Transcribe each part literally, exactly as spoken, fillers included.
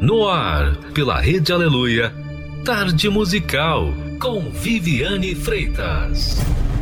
No ar, pela Rede Aleluia, Tarde Musical, com Viviane Freitas.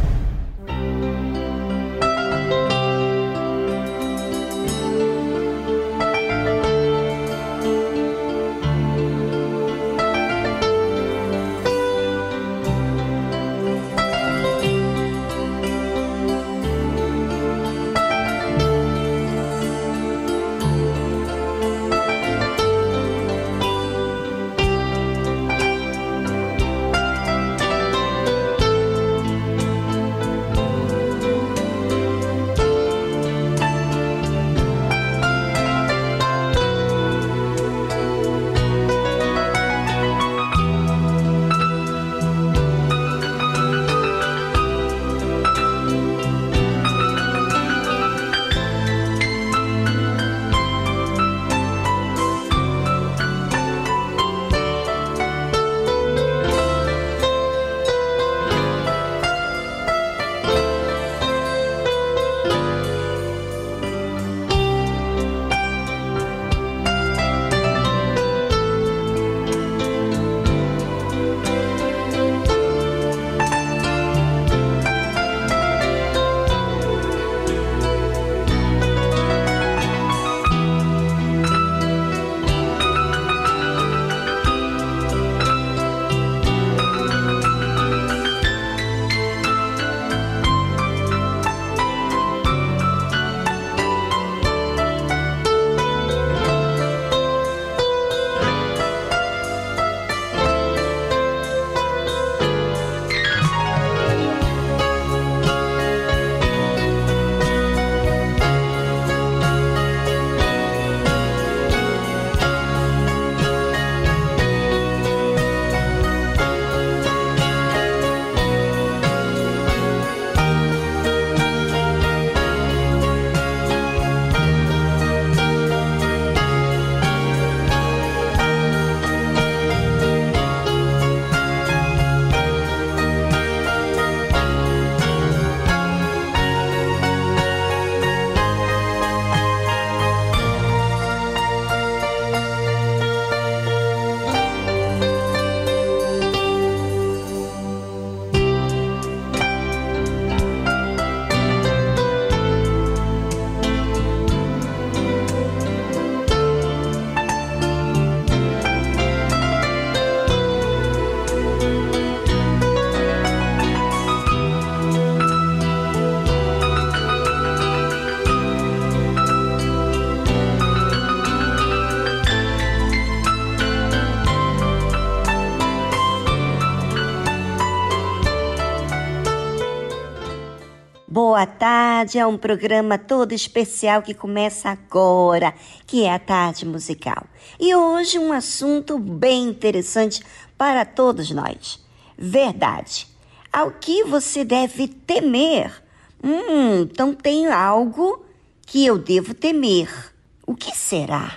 Boa tarde, é um programa todo especial que começa agora, que é a Tarde Musical. E hoje um assunto bem interessante para todos nós. Verdade. Ao que você deve temer? Hum, então tem algo que eu devo temer. O que será?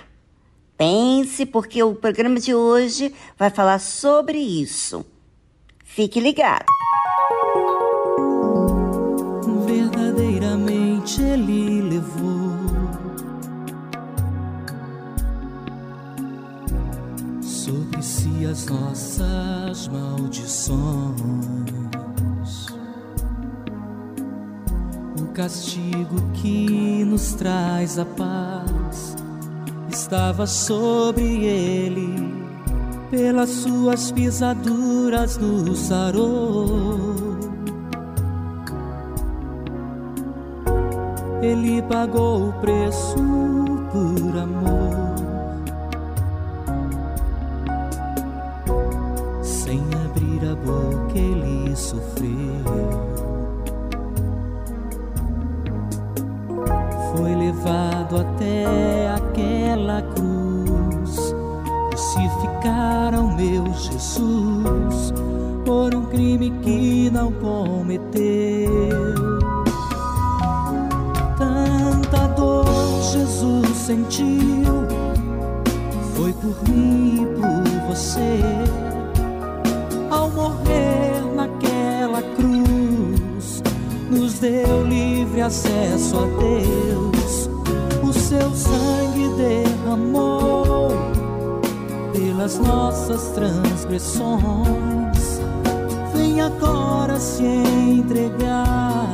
Pense, porque o programa de hoje vai falar sobre isso. Fique ligado. Verdadeiramente Ele levou sobre si as nossas maldições. O castigo que nos traz a paz estava sobre Ele, pelas suas pisaduras nos sarou. Ele pagou o preço por amor, sem abrir a boca Ele sofreu. Foi levado até aquela cruz, crucificaram meu Jesus por um crime que não cometeu. Tanta dor Jesus sentiu, foi por mim e por você. Ao morrer naquela cruz, nos deu livre acesso a Deus. O seu sangue derramou pelas nossas transgressões. Vem agora se entregar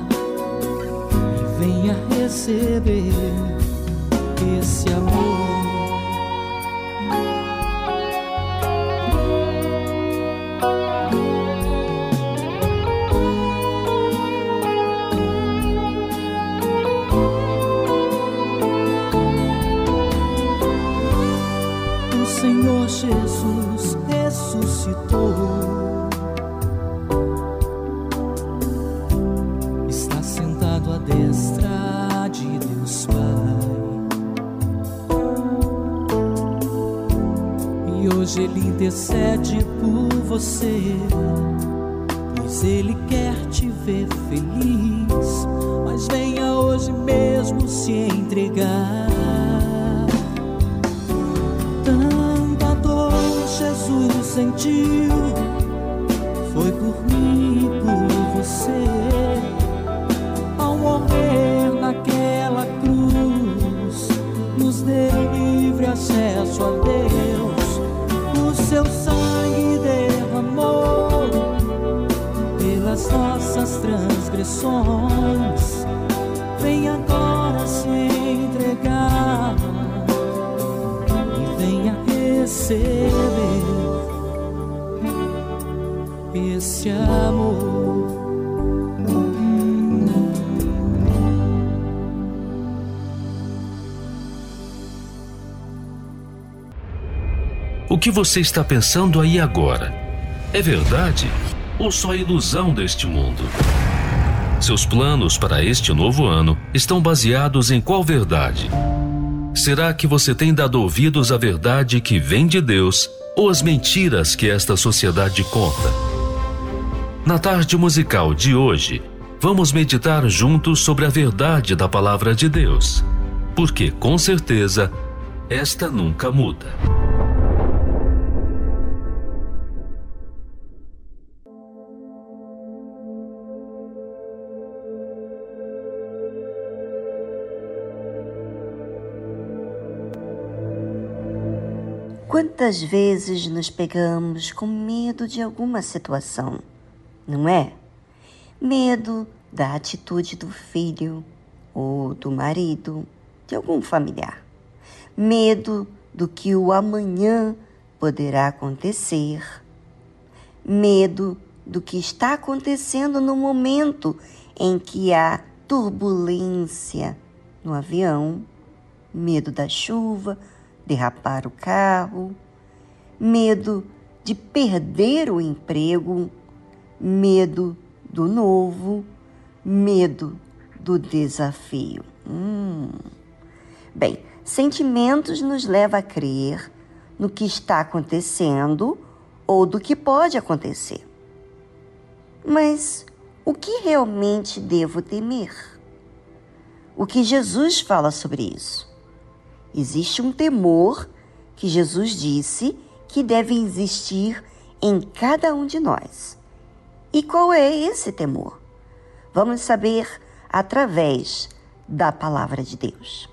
e venha receber esse amor. O Senhor Jesus ressuscitou, está sentado à destra de Deus Pai, e hoje Ele intercede por você, pois Ele quer te ver feliz. Mas venha hoje mesmo se entregar. Tanta dor Jesus sentiu, foi por mim e por você. Ao morrer naquela cruz, nos deu livre acesso a Deus. O seu sangue derramou pelas nossas transgressões. Vem agora se entregar e venha receber esse amor. O que você está pensando aí agora? É verdade ou só ilusão deste mundo? Seus planos para este novo ano estão baseados em qual verdade? Será que você tem dado ouvidos à verdade que vem de Deus ou às mentiras que esta sociedade conta? Na tarde musical de hoje, vamos meditar juntos sobre a verdade da palavra de Deus, porque com certeza esta nunca muda. Quantas vezes nos pegamos com medo de alguma situação, não é? Medo da atitude do filho ou do marido, de algum familiar. Medo do que o amanhã poderá acontecer. Medo do que está acontecendo no momento em que há turbulência no avião. Medo da chuva, derrapar o carro, medo de perder o emprego, medo do novo, medo do desafio. Hum. Bem, sentimentos nos levam a crer no que está acontecendo ou do que pode acontecer. Mas o que realmente devo temer? O que Jesus fala sobre isso? Existe um temor que Jesus disse que deve existir em cada um de nós. E qual é esse temor? Vamos saber através da palavra de Deus.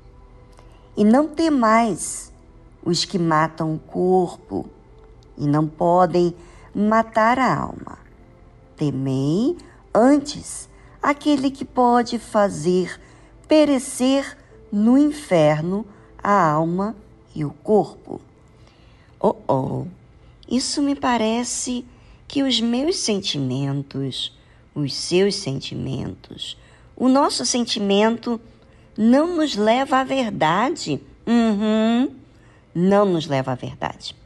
E não temais os que matam o corpo e não podem matar a alma. Temei antes aquele que pode fazer perecer no inferno a alma e o corpo. Oh, oh, isso me parece que os meus sentimentos, os seus sentimentos, o nosso sentimento não nos leva à verdade. Uhum, não nos leva à verdade.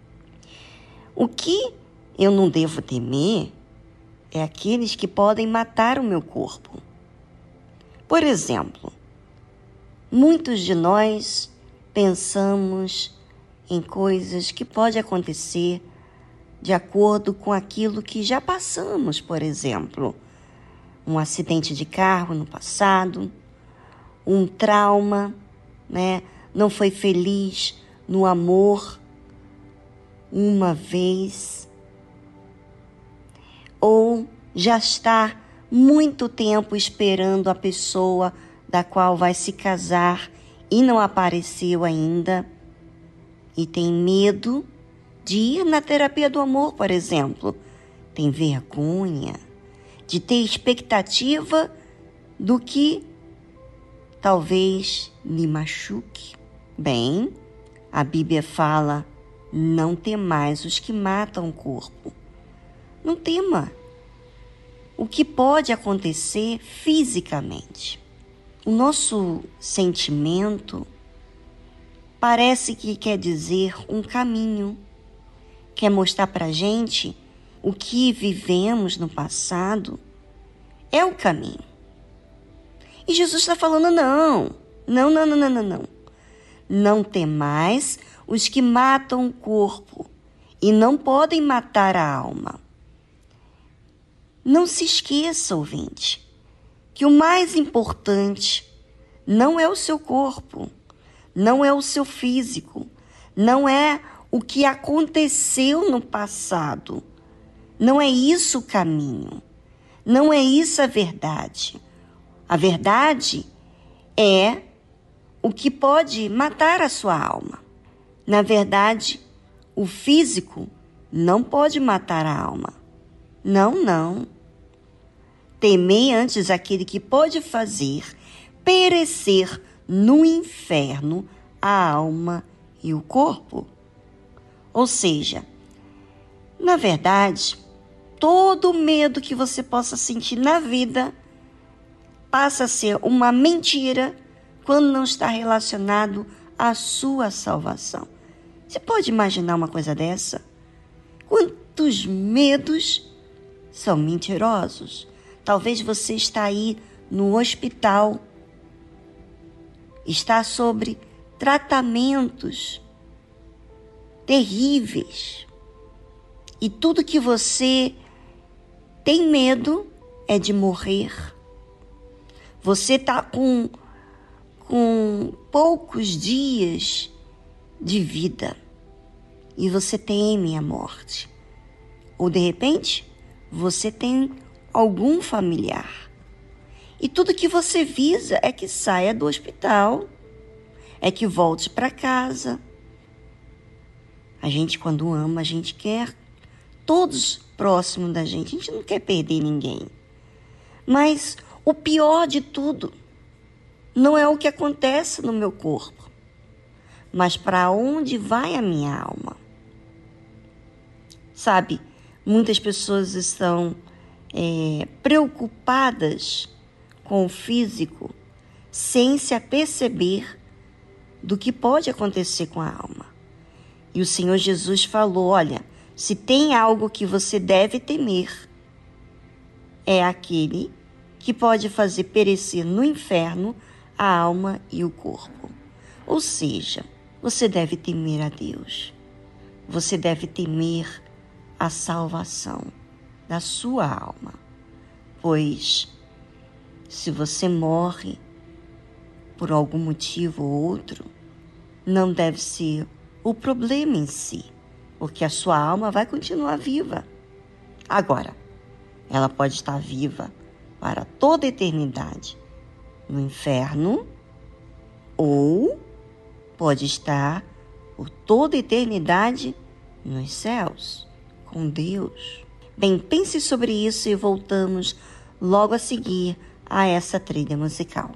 O que eu não devo temer é aqueles que podem matar o meu corpo. Por exemplo, muitos de nós pensamos em coisas que podem acontecer de acordo com aquilo que já passamos, por exemplo, um acidente de carro no passado, um trauma, né? Não foi feliz no amor uma vez, ou já está muito tempo esperando a pessoa da qual vai se casar e não apareceu ainda. e tem medo de ir na terapia do amor, por exemplo. Tem vergonha de ter expectativa do que talvez lhe machuque. Bem, a Bíblia fala: não temais os que matam o corpo. Não tema o que pode acontecer fisicamente. O nosso sentimento parece que quer dizer um caminho, quer mostrar pra gente o que vivemos no passado é o caminho. E Jesus está falando: não, não, não, não, não, não, não. Não temais os que matam o corpo e não podem matar a alma. Não se esqueça, ouvinte, que o mais importante não é o seu corpo, não é o seu físico, não é o que aconteceu no passado. Não é isso o caminho, não é isso a verdade. A verdade é o que pode matar a sua alma. Na verdade, o físico não pode matar a alma. Não, não. Temei antes aquele que pode fazer perecer no inferno a alma e o corpo. Ou seja, na verdade, todo medo que você possa sentir na vida passa a ser uma mentira quando não está relacionado à sua salvação. Você pode imaginar uma coisa dessa? Quantos medos são mentirosos? Talvez você está aí no hospital, está sobre tratamentos terríveis. E tudo que você tem medo é de morrer. Você está com, com poucos dias de vida e você teme a morte. Ou, de repente, você tem algum familiar. E tudo que você visa é que saia do hospital, é que volte para casa. A gente, quando ama, a gente quer todos próximos da gente. A gente não quer perder ninguém. Mas o pior de tudo não é o que acontece no meu corpo, mas para onde vai a minha alma. Sabe, muitas pessoas estão é, preocupadas com o físico sem se aperceber do que pode acontecer com a alma. E o Senhor Jesus falou: olha, se tem algo que você deve temer, é aquele que pode fazer perecer no inferno a alma e o corpo. Ou seja, você deve temer a Deus. Você deve temer a salvação da sua alma. Pois, se você morre por algum motivo ou outro, não deve ser o problema em si, porque a sua alma vai continuar viva. Agora, ela pode estar viva para toda a eternidade no inferno, ou pode estar por toda a eternidade nos céus, com Deus. Bem, pense sobre isso e voltamos logo a seguir a essa trilha musical.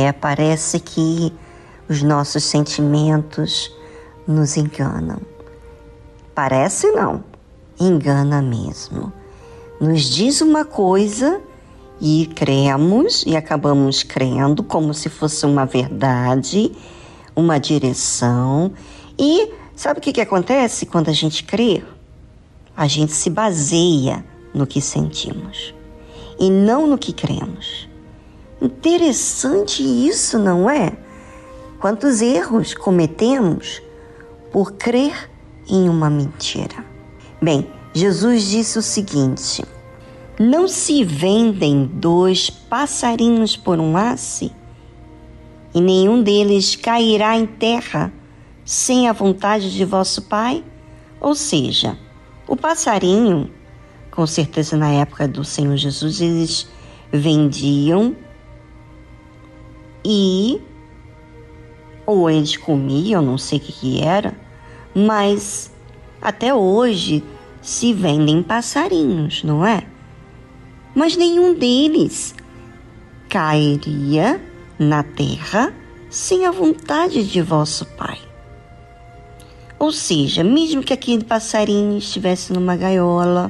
É, parece que os nossos sentimentos nos enganam. Parece não, engana mesmo. Nos diz uma coisa e cremos e acabamos crendo como se fosse uma verdade, uma direção. E sabe o que, que acontece quando a gente crê? A gente se baseia no que sentimos e não no que cremos. Interessante isso, não é? Quantos erros cometemos por crer em uma mentira. Bem, Jesus disse o seguinte: não se vendem dois passarinhos por um asse, e nenhum deles cairá em terra sem a vontade de vosso Pai? Ou seja, o passarinho, com certeza na época do Senhor Jesus, eles vendiam e ou eles comiam, não sei o que, que era, mas até hoje se vendem passarinhos, não é? Mas nenhum deles cairia na terra sem a vontade de vosso Pai. Ou seja, mesmo que aquele passarinho estivesse numa gaiola,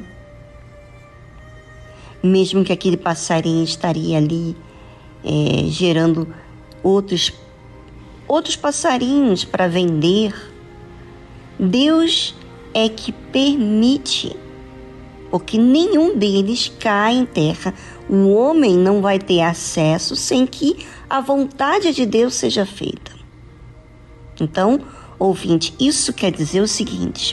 mesmo que aquele passarinho estaria ali é, gerando outros, outros passarinhos para vender, Deus é que permite, porque nenhum deles cai em terra. O homem não vai ter acesso sem que a vontade de Deus seja feita. Então, ouvinte, isso quer dizer o seguinte: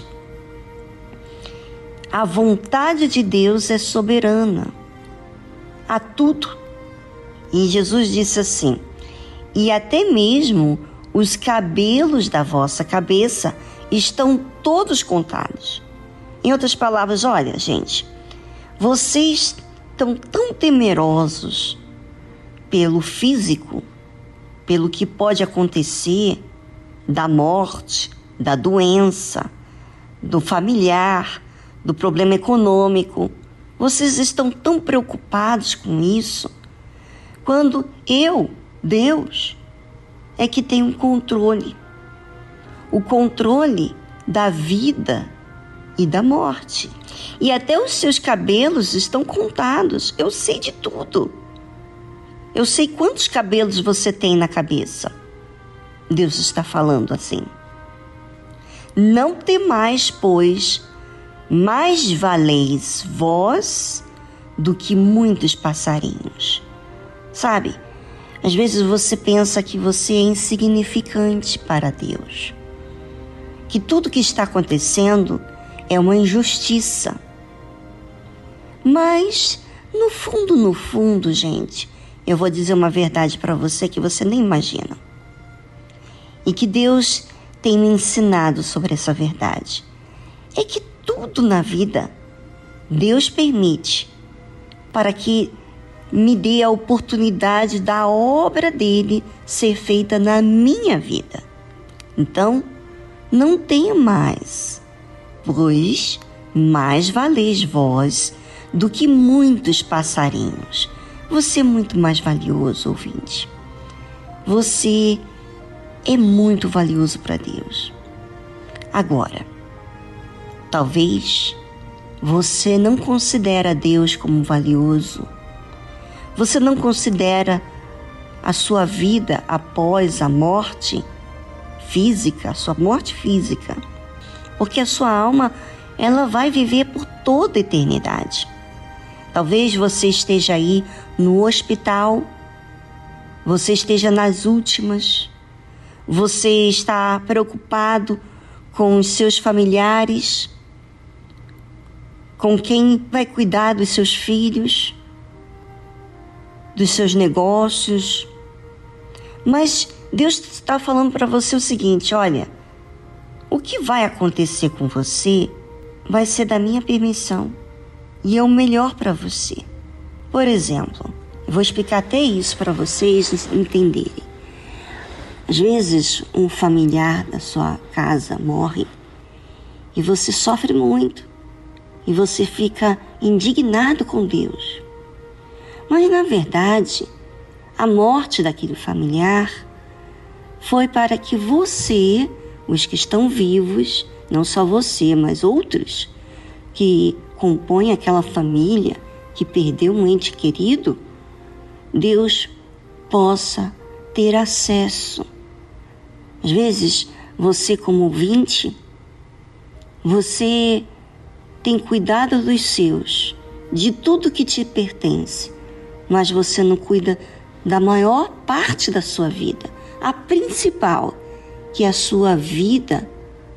a vontade de Deus é soberana a tudo. E Jesus disse assim: e até mesmo os cabelos da vossa cabeça estão todos contados. Em outras palavras, olha, gente, vocês estão tão temerosos pelo físico, pelo que pode acontecer, da morte, da doença, do familiar, do problema econômico. Vocês estão tão preocupados com isso, quando eu, Deus, é que tenho um controle. O controle da vida e da morte. E até os seus cabelos estão contados. Eu sei de tudo. Eu sei quantos cabelos você tem na cabeça. Deus está falando assim: não temais, pois, mais valeis vós do que muitos passarinhos. Sabe, às vezes você pensa que você é insignificante para Deus, que tudo que está acontecendo é uma injustiça. Mas, no fundo, no fundo, gente, eu vou dizer uma verdade para você que você nem imagina. E que Deus tem me ensinado sobre essa verdade. É que tudo na vida Deus permite para que me dê a oportunidade da obra dele ser feita na minha vida. Então, não tenha mais, pois mais valeis vós do que muitos passarinhos. Você é muito mais valioso, ouvinte. Você é muito valioso para Deus. Agora, talvez você não considere Deus como valioso. Você não considera a sua vida após a morte física, a sua morte física, porque a sua alma, ela vai viver por toda a eternidade. Talvez você esteja aí no hospital, você esteja nas últimas, você está preocupado com os seus familiares, com quem vai cuidar dos seus filhos, dos seus negócios. Mas Deus está falando para você o seguinte: olha, o que vai acontecer com você vai ser da minha permissão e é o melhor para você. Por exemplo, eu vou explicar até isso para vocês entenderem. Às vezes, um familiar da sua casa morre e você sofre muito e você fica indignado com Deus. Mas, na verdade, a morte daquele familiar foi para que você, os que estão vivos, não só você, mas outros que compõem aquela família que perdeu um ente querido, Deus possa ter acesso. Às vezes, você como ouvinte, você tem cuidado dos seus, de tudo que te pertence, mas você não cuida da maior parte da sua vida, a principal, que é a sua vida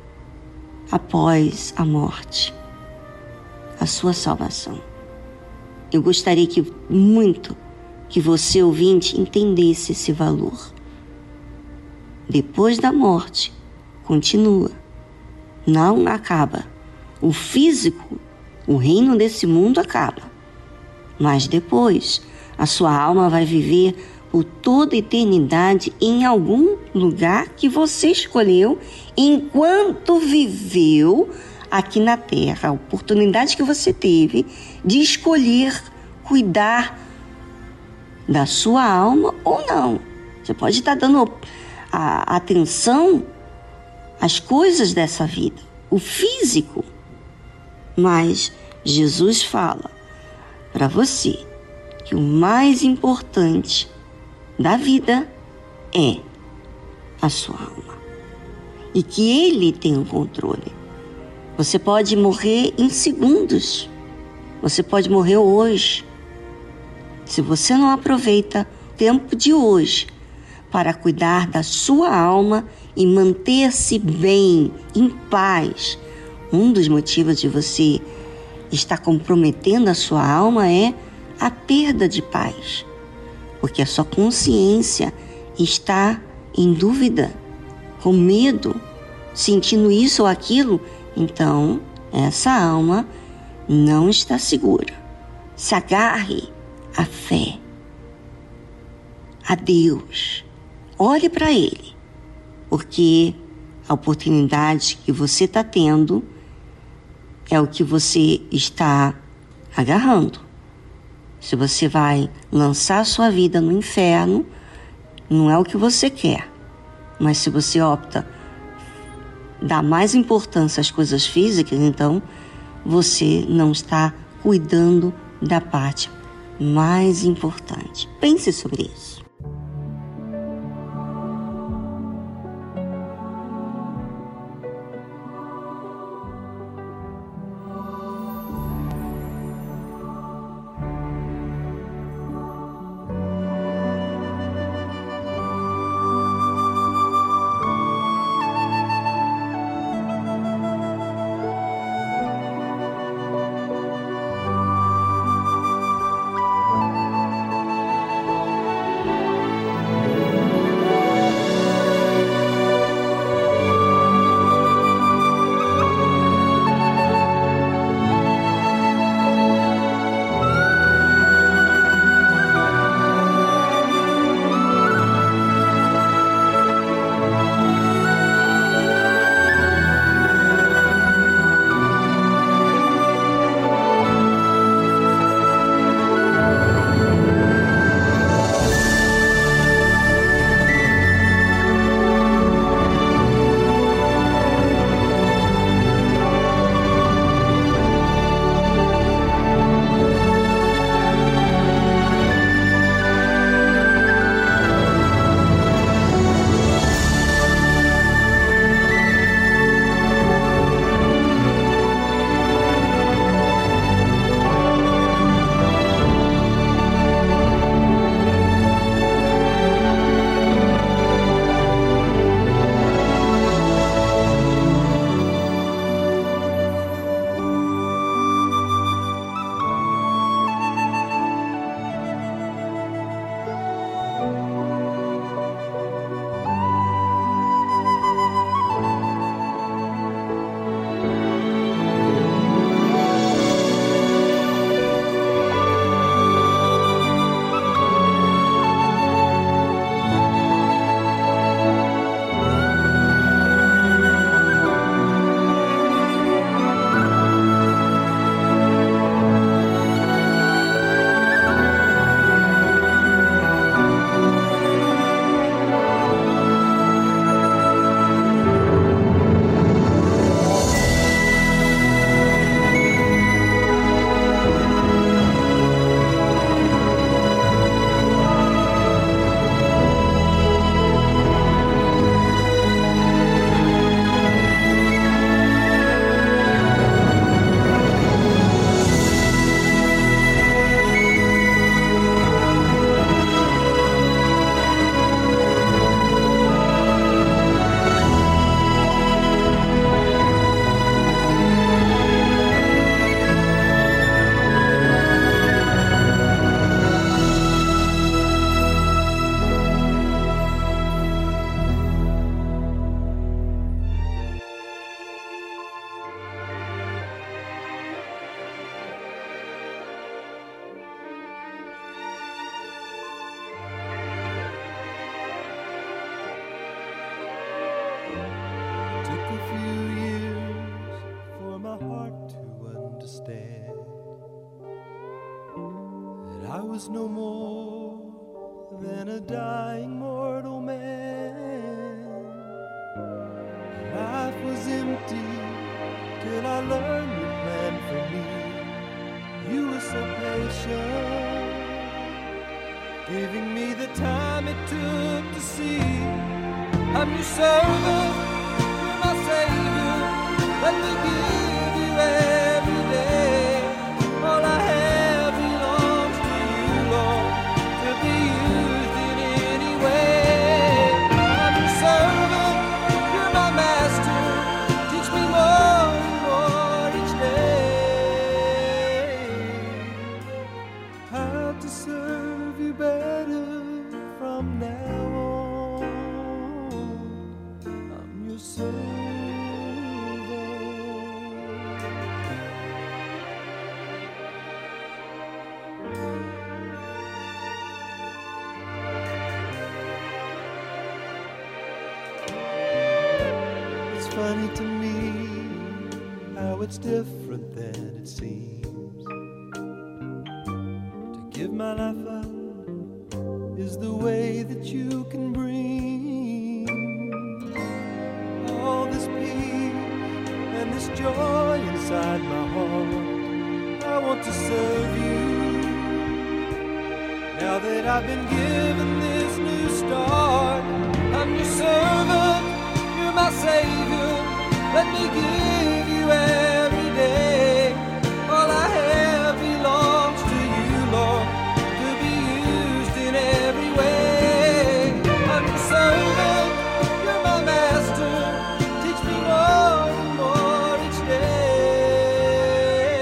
após a morte, a sua salvação. Eu gostaria que muito que você, ouvinte, entendesse esse valor. Depois da morte, continua, não acaba. O físico, o reino desse mundo acaba, mas depois a sua alma vai viver por toda a eternidade em algum lugar que você escolheu enquanto viveu aqui na Terra. A oportunidade que você teve de escolher cuidar da sua alma ou não. Você pode estar dando a atenção às coisas dessa vida, o físico, mas Jesus fala para você que o mais importante da vida é a sua alma e que Ele tem o controle. Você pode morrer em segundos, você pode morrer hoje. Se você não aproveita o tempo de hoje para cuidar da sua alma e manter-se bem, em paz, um dos motivos de você estar comprometendo a sua alma é a perda de paz, porque a sua consciência está em dúvida, com medo, sentindo isso ou aquilo. Então, essa alma não está segura. Se agarre à fé, a Deus. Olhe para Ele, porque a oportunidade que você está tendo é o que você está agarrando. Se você vai lançar a sua vida no inferno, não é o que você quer. Mas se você opta dar mais importância às coisas físicas, então você não está cuidando da parte mais importante. Pense sobre isso. I was no more than a dying mortal man. Life was empty till I learned your plan for me. You were so patient, giving me the time it took to see. I'm your servant, you're my savior. Let me give you every day. All I have belongs to you, Lord, to be used in any way. I'm your servant, you're my master. Teach me more and more each day. How to serve you better from now on. I'm your servant. Funny to me how it's different than it seems. To give my life up is the way that you can bring all this peace and this joy inside my heart. I want to serve you now that I've been given this new start. I'm your servant, you're my savior. Let me give you every day. All I have belongs to you, Lord, to be used in every way. I'm your servant, you're my master. Teach me more and more each day.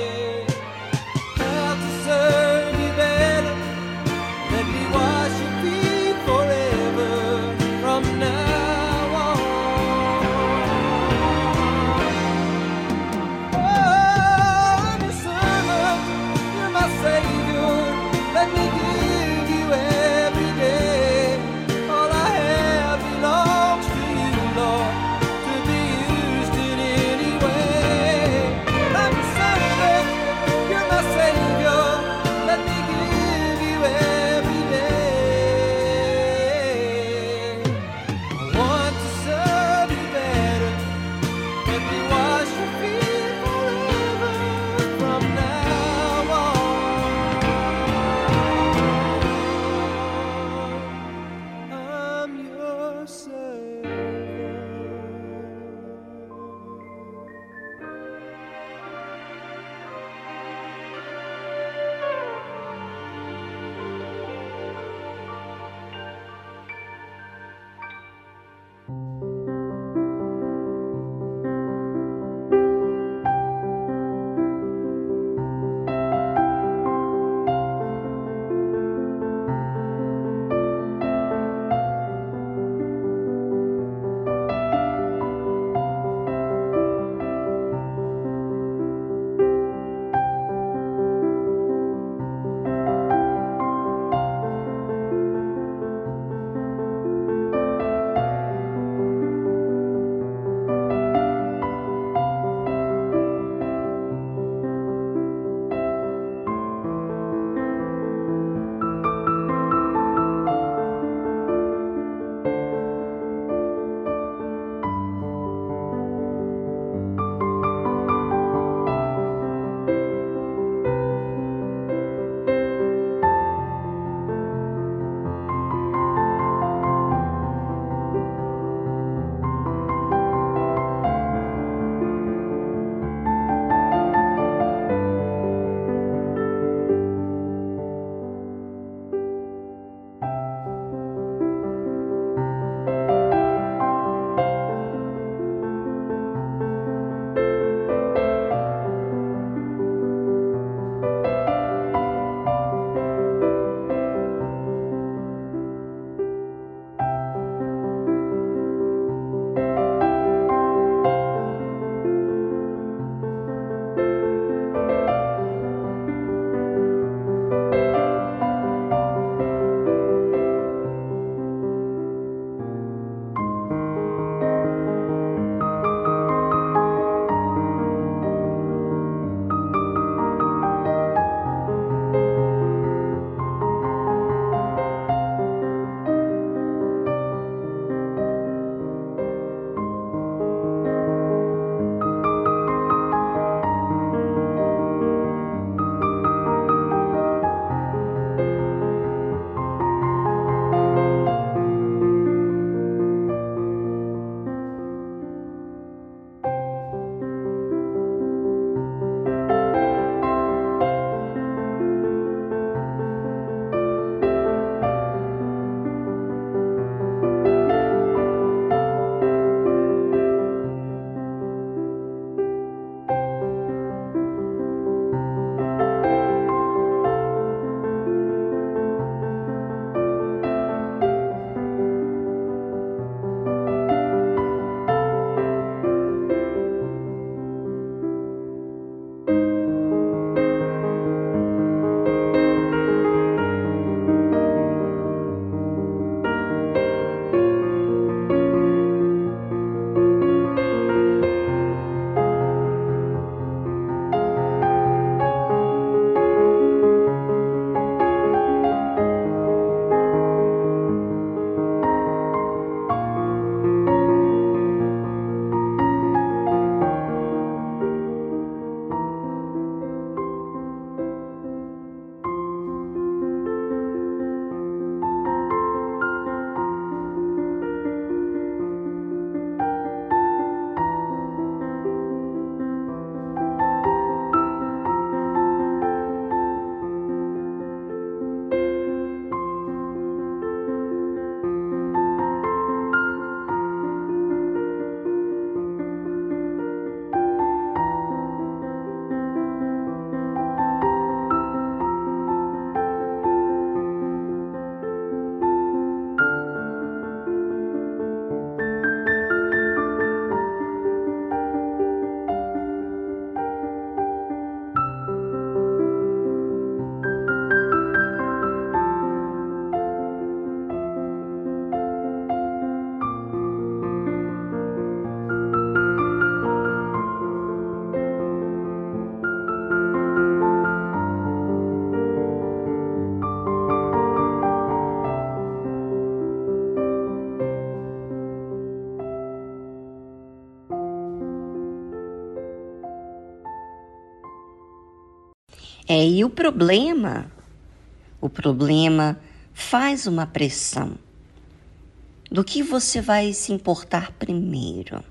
How to serve you better. Let me wash your feet forever from now on. É, e o problema, o problema faz uma pressão. Do que você vai se importar primeiro?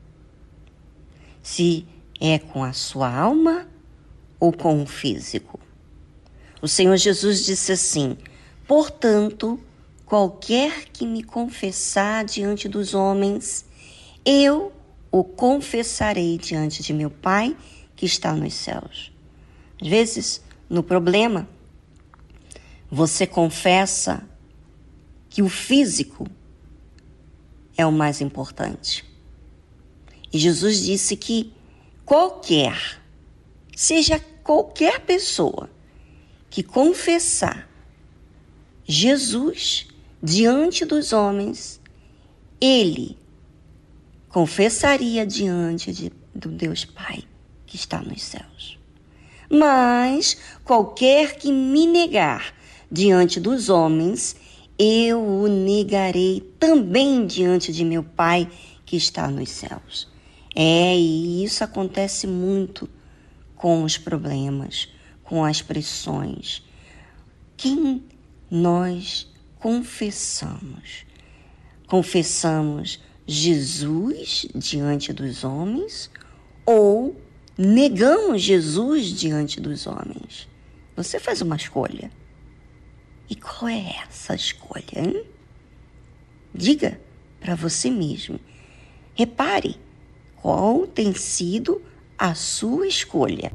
Se é com a sua alma ou com o físico? O Senhor Jesus disse assim: portanto, qualquer que me confessar diante dos homens, eu o confessarei diante de meu Pai que está nos céus. Às vezes, no problema, você confessa que o físico é o mais importante. E Jesus disse que qualquer, seja qualquer pessoa que confessar Jesus diante dos homens, ele confessaria diante de, do Deus Pai que está nos céus. Mas qualquer que me negar diante dos homens, eu o negarei também diante de meu Pai que está nos céus. É, e isso acontece muito com os problemas, com as pressões. Quem nós confessamos? Confessamos Jesus diante dos homens ou negamos Jesus diante dos homens? Você faz uma escolha. E qual é essa escolha, hein? Diga para você mesmo. Repare qual tem sido a sua escolha.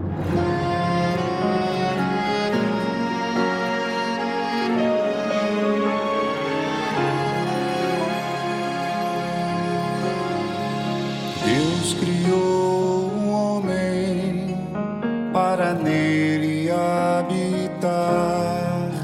Deus criou um homem para nele habitar,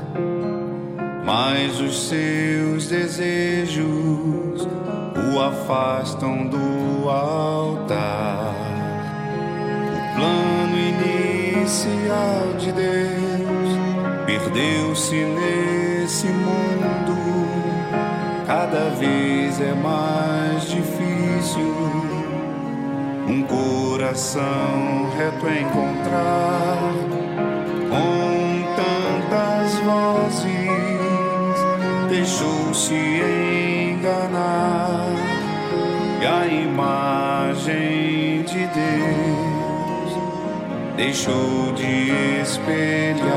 mas os seus desejos o afastam do altar. O plano inicial de Deus perdeu-se nesse mundo. Cada vez é mais difícil um coração reto encontrar. Com tantas vozes deixou-se enganar, e a imagem de Deus deixou de espelhar.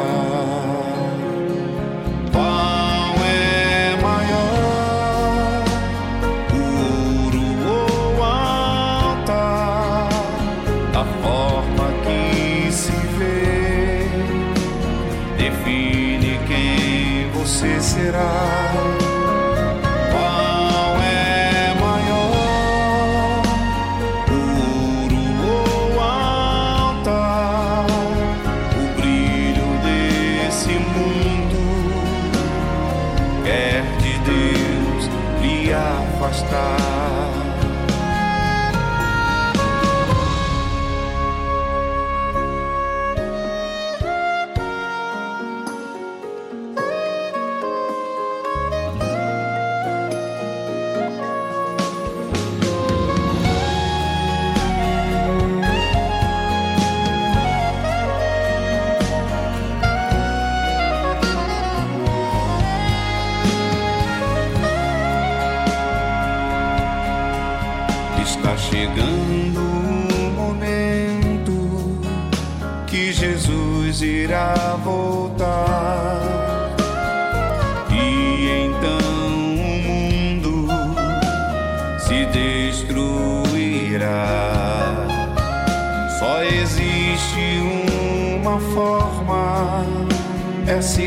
Qual é maior, o ouro ou a altar? A forma que se vê define quem você será. Está chegando um momento que Jesus irá voltar, e então o mundo se destruirá. Só existe uma forma, é se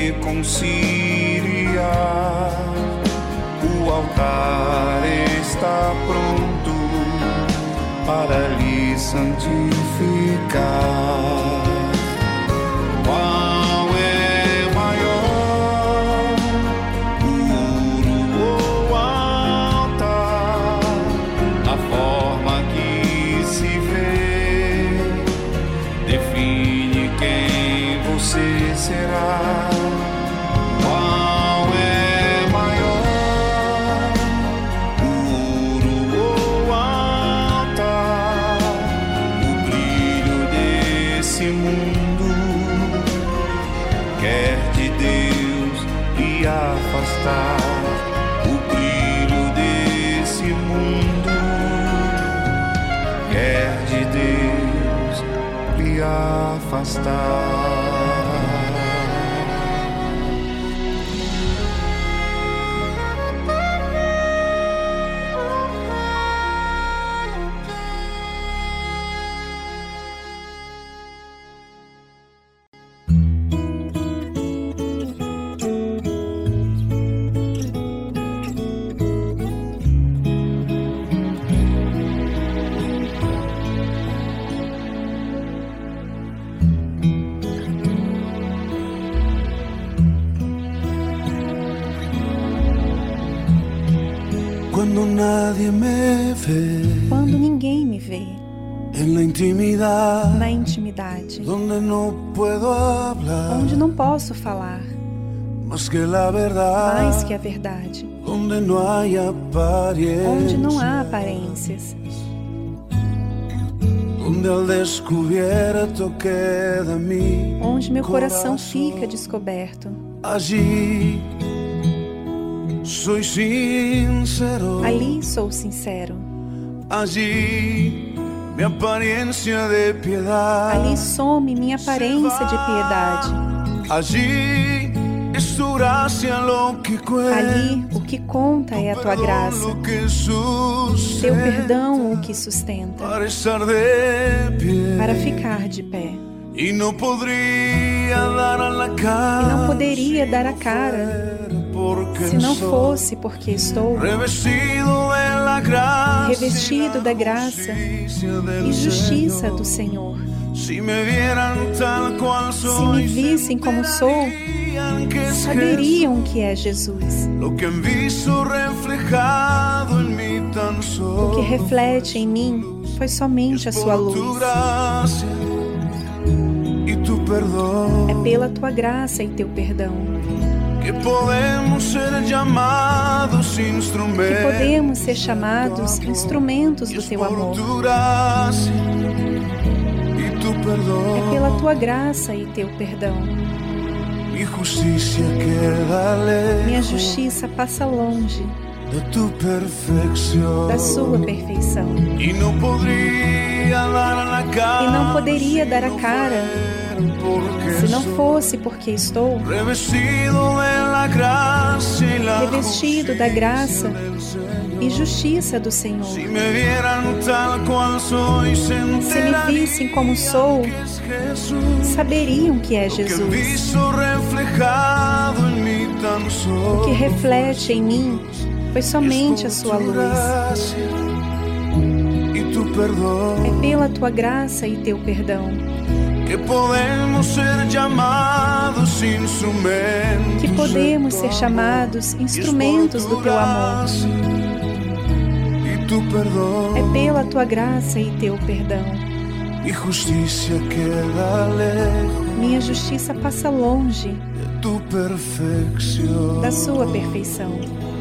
reconciliar. O altar está pronto para lhe santificar. Qual é maior, o ouro ou a altar? A forma que se vê define quem você será. Esse mundo afastar. Quando nadie me vê, quando ninguém me vê, en la intimidad, na intimidade, donde no puedo hablar, onde não posso falar más que la verdad, mais que a verdade, donde no hay apariencias, onde não há aparências, donde al descubierto queda mi onde meu coração corazón. fica descoberto. Allí soy sincero, Ali sou sincero, allí mi apariencia de piedad, ali some minha aparência de piedade, allí es tu gracia lo que cuenta, ali o que conta é a tua graça, lo que sucede, teu perdão o que sustenta, para estar de pie, para ficar de pé. e não poderia dar a la cara, E não poderia dar a cara se não fosse porque estou revestido de la gracia, revestido da graça e justiça do Senhor. Se me vieran tal qual Se soy, me vissem como sou, saberiam que é Jesus, lo que han visto reflejado en mí tan o solo, que reflete em mim foi somente a sua por tu luz. gracia e tu perdão, É pela tua graça e teu perdão que podemos ser chamados que instrumentos, podemos ser chamados instrumentos do teu por amor. tu gracia e tu perdão, É pela tua graça e teu perdão. mi justicia queda lejos Minha justiça passa longe de tu perfección, da sua perfeição. e não poderia dar a cara, E não poderia dar a cara porque se não soy fosse porque estou revestido de la gracia y la revestido da graça del Señor. e justiça do Senhor. Si me vieran tal cual soy, se Se me enterarían vissem como sou, que es Jesús, saberiam que é que he Jesus, visto reflejado en mí tan solo, o que reflete em mim foi somente a sua luz. gracia y tu perdón, É pela tua graça e teu perdão que podemos ser llamados instrumentos, que podemos ser chamados instrumentos do teu amor. y tu perdón, É pela tua graça e teu perdão. mi justicia queda lejos Minha justiça passa longe de tu perfección. da sua perfeição.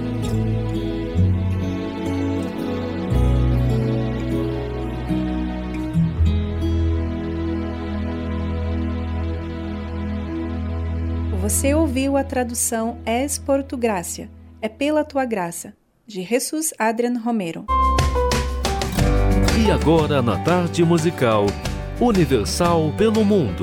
Você ouviu a tradução Es por tu gracia, é pela tua graça, de Jesus Adrian Romero. E agora na tarde musical, Universal pelo Mundo.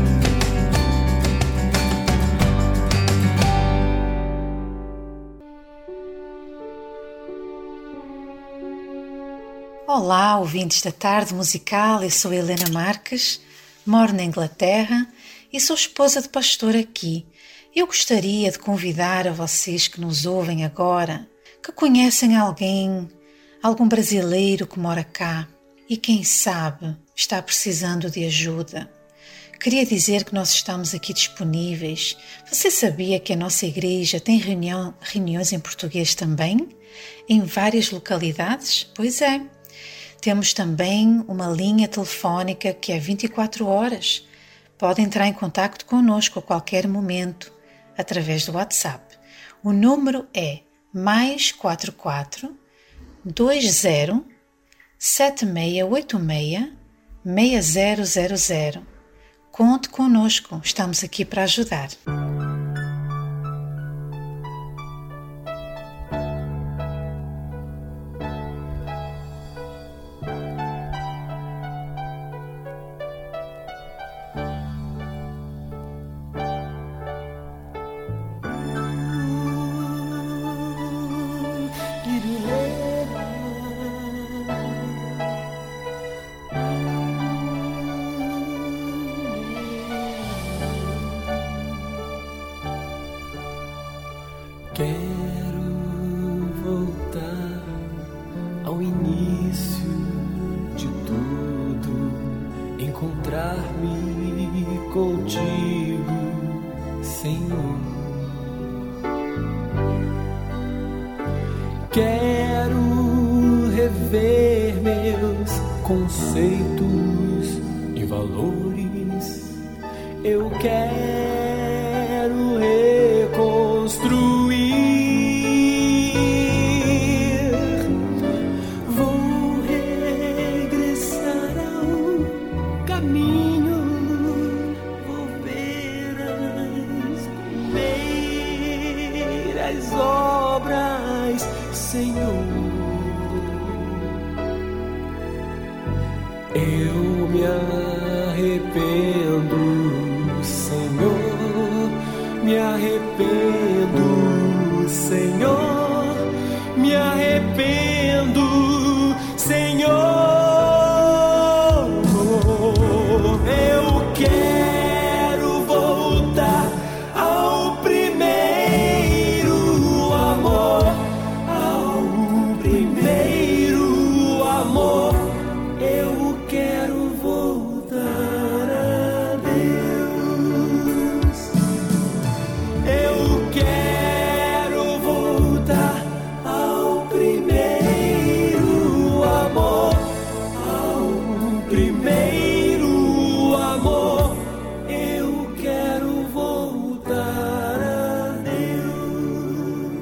Olá, ouvintes da tarde musical, eu sou Helena Marques, moro na Inglaterra e sou esposa de pastor aqui. Eu gostaria de convidar a vocês que nos ouvem agora, que conhecem alguém, algum brasileiro que mora cá e quem sabe está precisando de ajuda. Queria dizer que nós estamos aqui disponíveis. Você sabia que a nossa igreja tem reunião, reuniões em português também? Em várias localidades? Pois é. Temos também uma linha telefónica que é vinte e quatro horas. Pode entrar em contato conosco a qualquer momento, através do WhatsApp. O número é mais quatro quatro, dois zero, sete seis oito seis, seis zero zero zero. Conte conosco, estamos aqui para ajudar. encontrar-me contigo, Senhor. Quero rever meus conceitos e valores. Eu quero reconstruir. Vou regressar ao caminho, vou ver as primeiras obras, Senhor. Eu me arrependo, Senhor, me arrependo, Senhor, me arrependo, Senhor. Eu quero voltar ao primeiro amor, ao primeiro amor. Eu quero voltar a Deus. Eu quero voltar ao primeiro amor, ao primeiro amor. Eu quero voltar a Deus.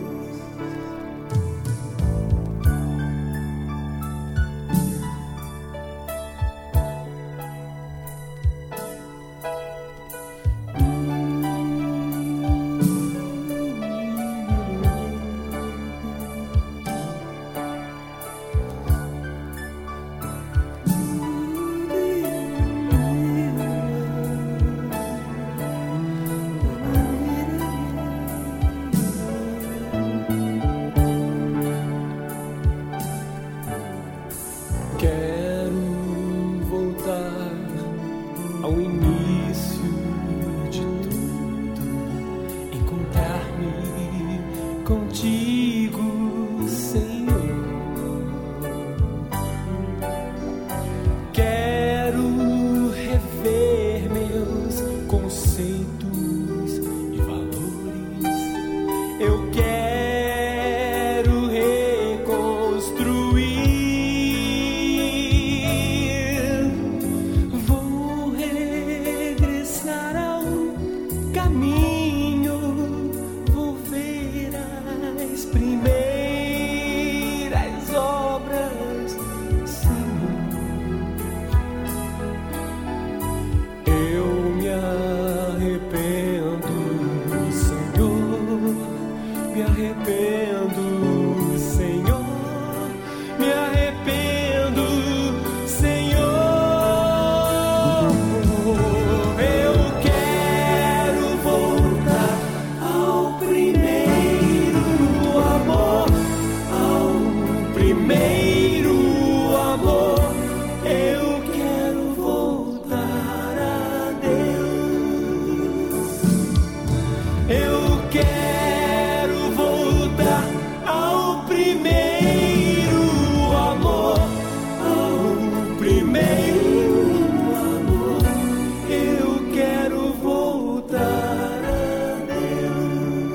Quero voltar ao início de tudo, encontrar-me contigo, Senhor. Quero rever meus conceitos e valores. Eu quero reconstruir. Vou regressar ao caminho, vou ver as primeiras obras, Senhor. Eu me arrependo, Senhor, me arrependo, Senhor, me arrependo, Senhor. Eu quero voltar ao primeiro amor, ao primeiro amor. Eu quero voltar a Deus. Eu quero voltar ao primeiro amor, ao primeiro amor. Eu quero voltar a Deus.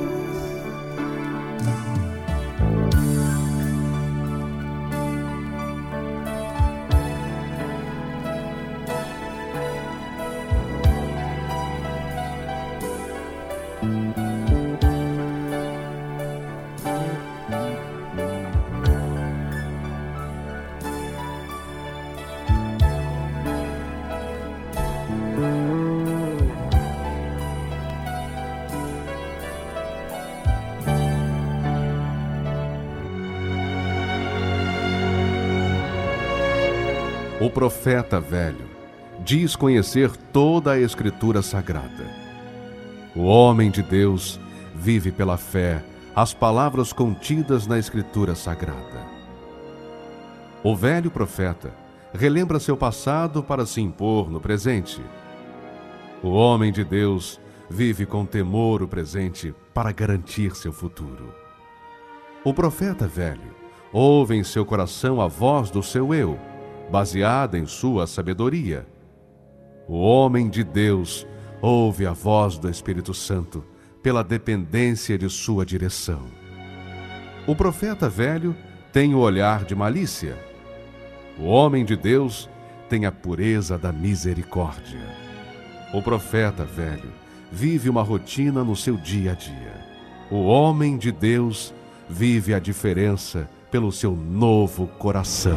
O profeta velho diz conhecer toda a Escritura Sagrada. O homem de Deus vive pela fé as palavras contidas na Escritura Sagrada. O velho profeta relembra seu passado para se impor no presente. O homem de Deus vive com temor o presente para garantir seu futuro. O profeta velho ouve em seu coração a voz do seu eu, baseada em sua sabedoria. O homem de Deus ouve a voz do Espírito Santo pela dependência de sua direção. O profeta velho tem o olhar de malícia. O homem de Deus tem a pureza da misericórdia. O profeta velho vive uma rotina no seu dia a dia. O homem de Deus vive a diferença pelo seu novo coração.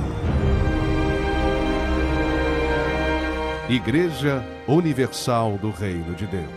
Igreja Universal do Reino de Deus.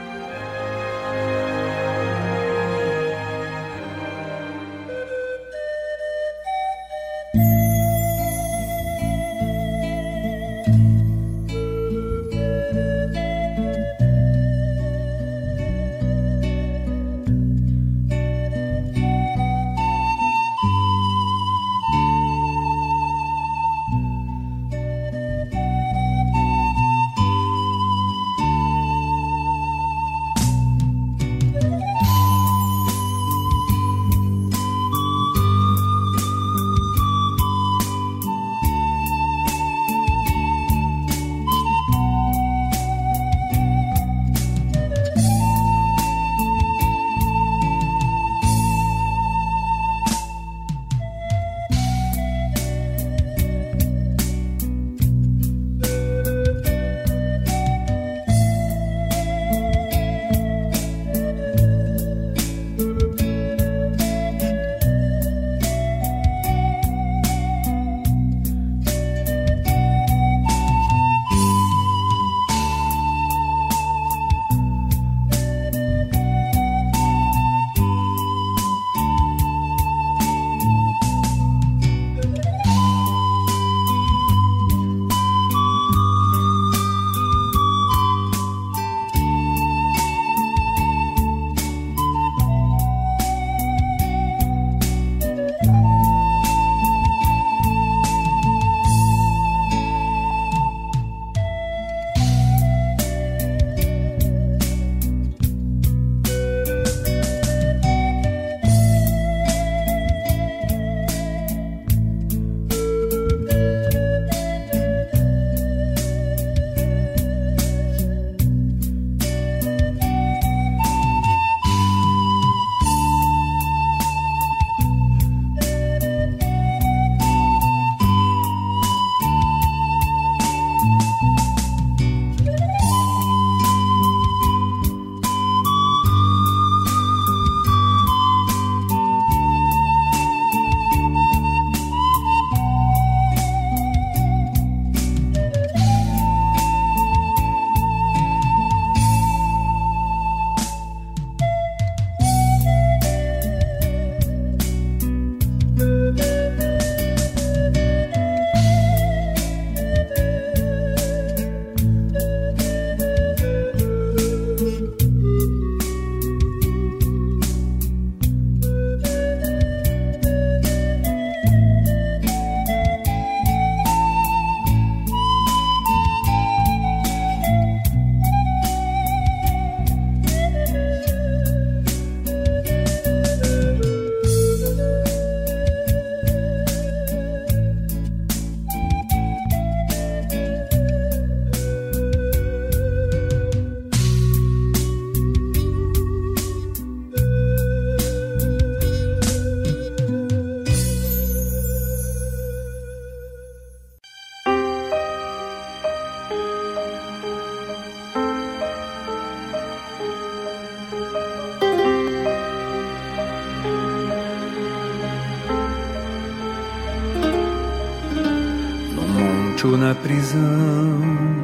Estou na prisão,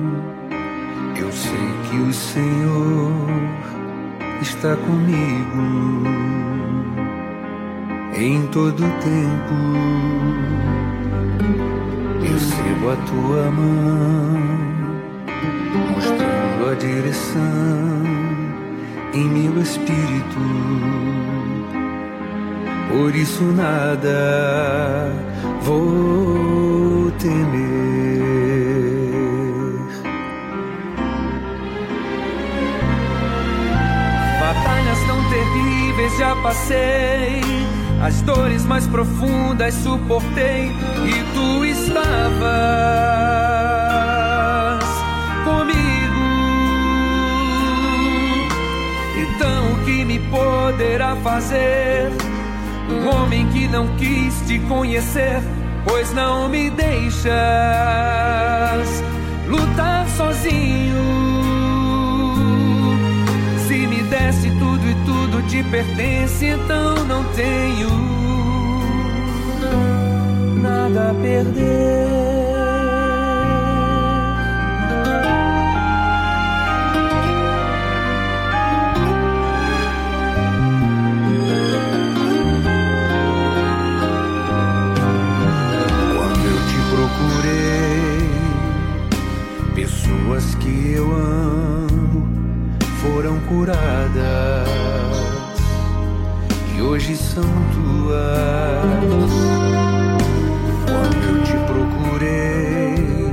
eu sei que o Senhor está comigo em todo tempo. Recebo a tua mão, mostrando a direção em meu espírito. Por isso nada vou temer. Batalhas tão terríveis já passei, as dores mais profundas suportei, e tu estavas comigo. poderá fazer? Um homem que não quis te conhecer, pois não me deixas lutar sozinho. Se me desse tudo e tudo te pertence, então não tenho nada a perder. Pessoas que eu amo foram curadas e hoje são tuas. Quando eu te procurei,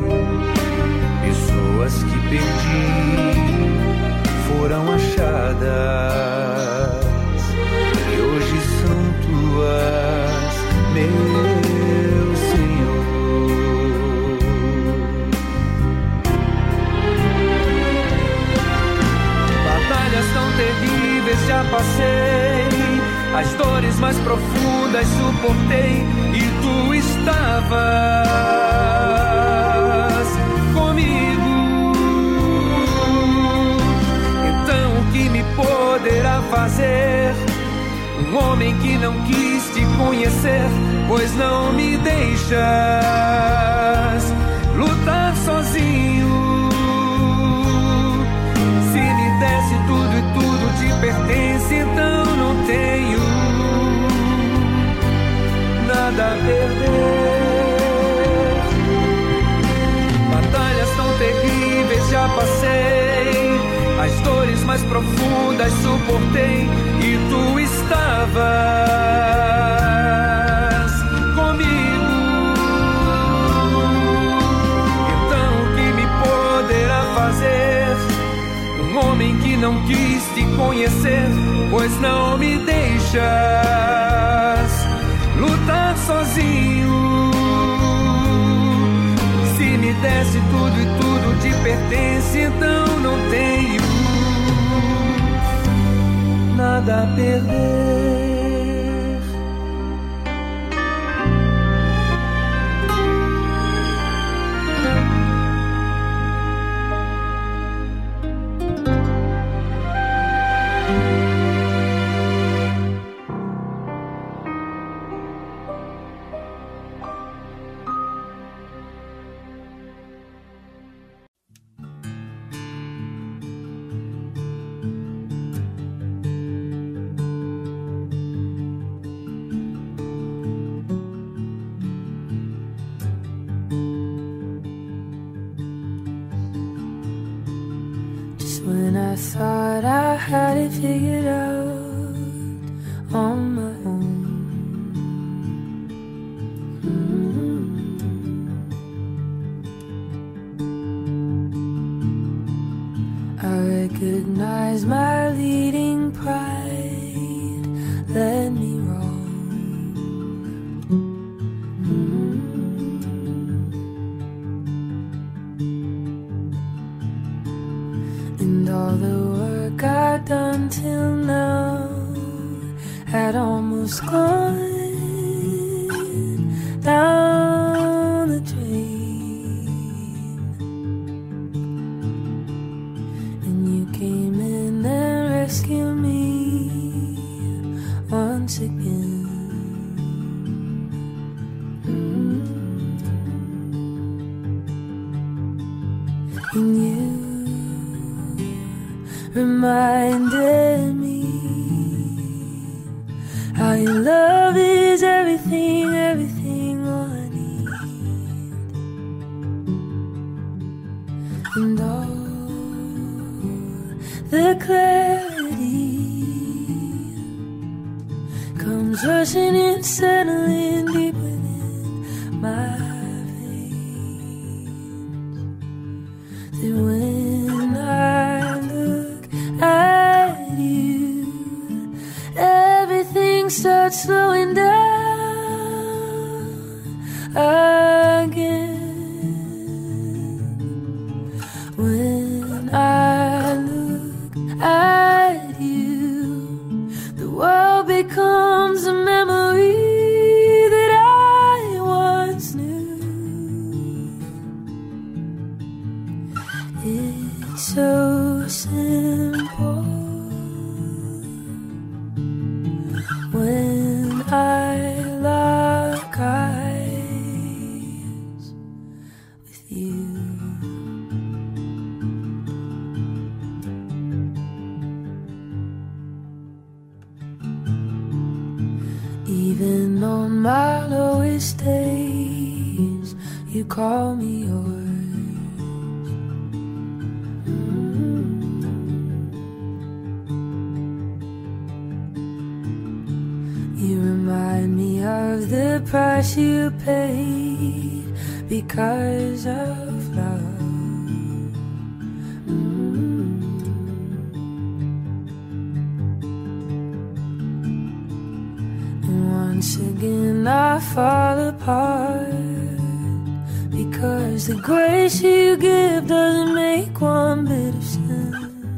pessoas que perdi foram achadas e hoje são tuas, meu Senhor. Batalhas tão terríveis já passei, as dores mais profundas suportei, e tu estavas comigo. Então o que me poderá fazer? Um homem que não quis te conhecer, pois não me deixas lutar sozinho. Se me desse tudo e tudo te pertence, então não tenho nada a perder. Batalhas tão terríveis já passei, as dores mais profundas suportei, e tu estavas comigo. Então o que me poderá fazer? Um homem que não quis te conhecer, pois não me deixas lutar sozinho. Se me desse tudo e tudo te pertence, então não tenho nada a perder. When I thought I had it figured out on my own, mm-hmm. I recognize my leading pride led me wrong, mm-hmm. And all the work I'd done till now had almost gone down the drain. And you came in and rescued me once again. Mm-hmm. And you reminded me how your love is everything, everything I need. And all the clarity comes rushing in, settling deep within my veins. Then when I look at you, everything starts slowing down again. When I look at you, the It's so simple when I lock eyes with you. Even on my lowest days, you call me yours. You remind me of the price you paid because of love. And once again I fall apart because the grace you give doesn't make one bit of sense.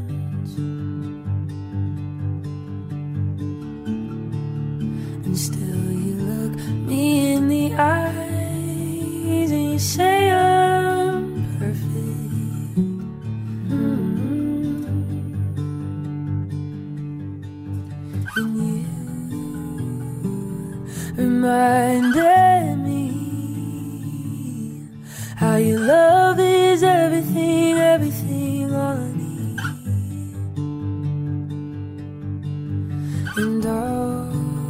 And still you look me in the eyes and you say I'm perfect. Mm-hmm. And you reminded me how your love is everything, everything, all I need. And all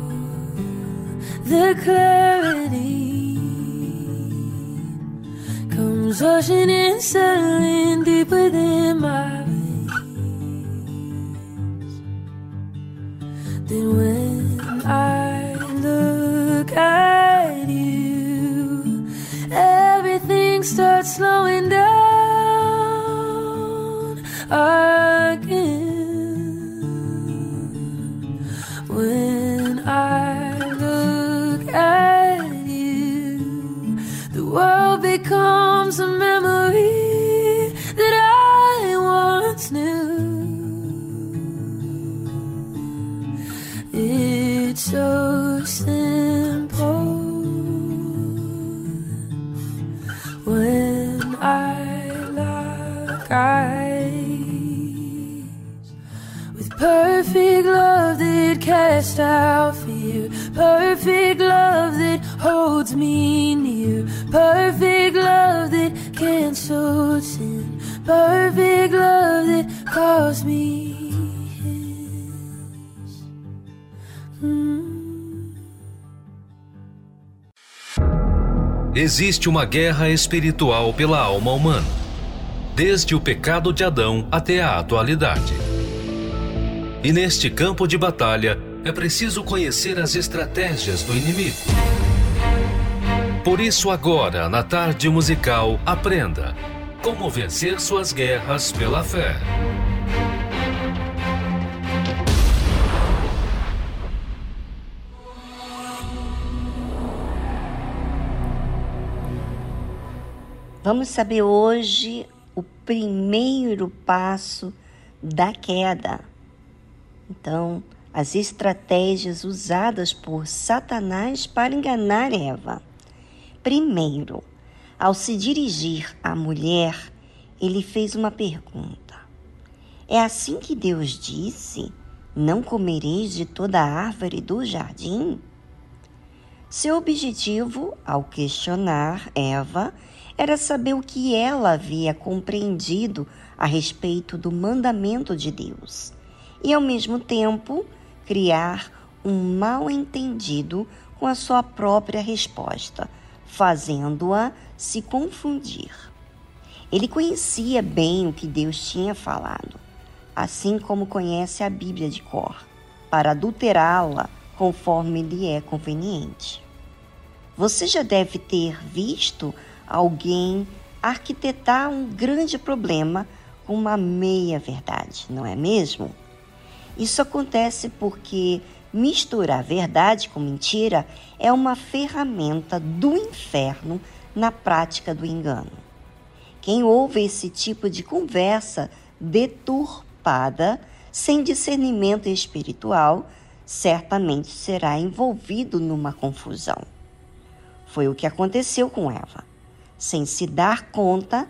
the clarity comes rushing in, settling deep within my veins. Then when I look at you, everything starts slowing down again. When I look at you, the world becomes a memory that I once knew. It's so simple when I lock eyes with perfect love that casts out fear, perfect love that holds me near, perfect love that cancels sin, perfect love that calls me his. Mm. Existe uma guerra espiritual pela alma humana, desde o pecado de Adão até a atualidade. E neste campo de batalha, é preciso conhecer as estratégias do inimigo. Por isso agora, na tarde musical, aprenda como vencer suas guerras pela fé. Vamos saber hoje o primeiro passo da queda. Então, as estratégias usadas por Satanás para enganar Eva. Primeiro, ao se dirigir à mulher, ele fez uma pergunta. É assim que Deus disse: não comereis de toda a árvore do jardim? Seu objetivo, ao questionar Eva, era saber o que ela havia compreendido a respeito do mandamento de Deus e, ao mesmo tempo, criar um mal-entendido com a sua própria resposta, fazendo-a se confundir. Ele conhecia bem o que Deus tinha falado, assim como conhece a Bíblia de cor, para adulterá-la conforme lhe é conveniente. Você já deve ter visto alguém arquitetar um grande problema com uma meia-verdade, não é mesmo? Isso acontece porque misturar verdade com mentira é uma ferramenta do inferno na prática do engano. Quem ouve esse tipo de conversa deturpada, sem discernimento espiritual, certamente será envolvido numa confusão. Foi o que aconteceu com Eva. Sem se dar conta,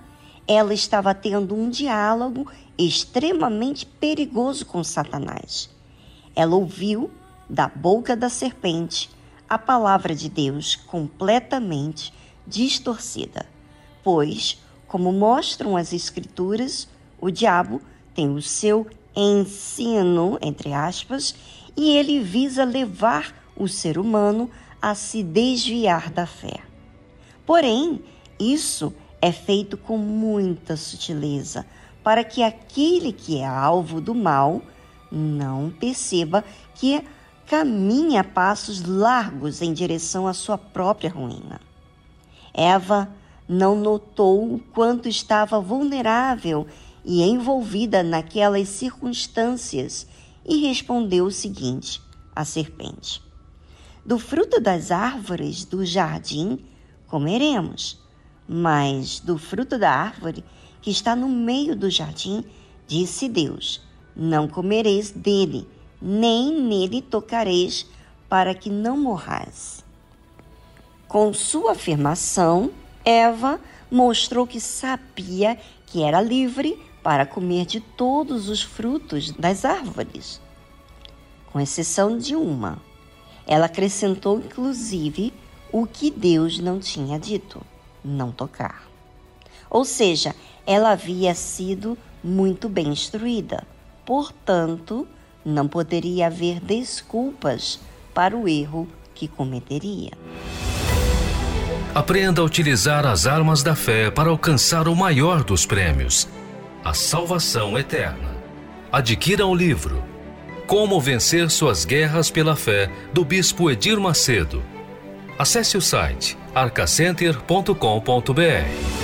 ela estava tendo um diálogo extremamente perigoso com Satanás. Ela ouviu da boca da serpente a palavra de Deus completamente distorcida, pois, como mostram as Escrituras, o diabo tem o seu ensino, entre aspas, e ele visa levar o ser humano a se desviar da fé. Porém, isso é feito com muita sutileza, para que aquele que é alvo do mal não perceba que caminha a passos largos em direção à sua própria ruína. Eva não notou o quanto estava vulnerável e envolvida naquelas circunstâncias e respondeu o seguinte à serpente: do fruto das árvores do jardim comeremos, mas do fruto da árvore que está no meio do jardim, disse Deus, não comereis dele, nem nele tocareis, para que não morrais. Com sua afirmação, Eva mostrou que sabia que era livre para comer de todos os frutos das árvores, com exceção de uma. Ela acrescentou, inclusive, o que Deus não tinha dito, não tocar. Ou seja, ela havia sido muito bem instruída, portanto, não poderia haver desculpas para o erro que cometeria. Aprenda a utilizar as armas da fé para alcançar o maior dos prêmios, a salvação eterna. Adquira o livro Como Vencer Suas Guerras pela Fé, do Bispo Edir Macedo. Acesse o site arcacenter ponto com ponto b r.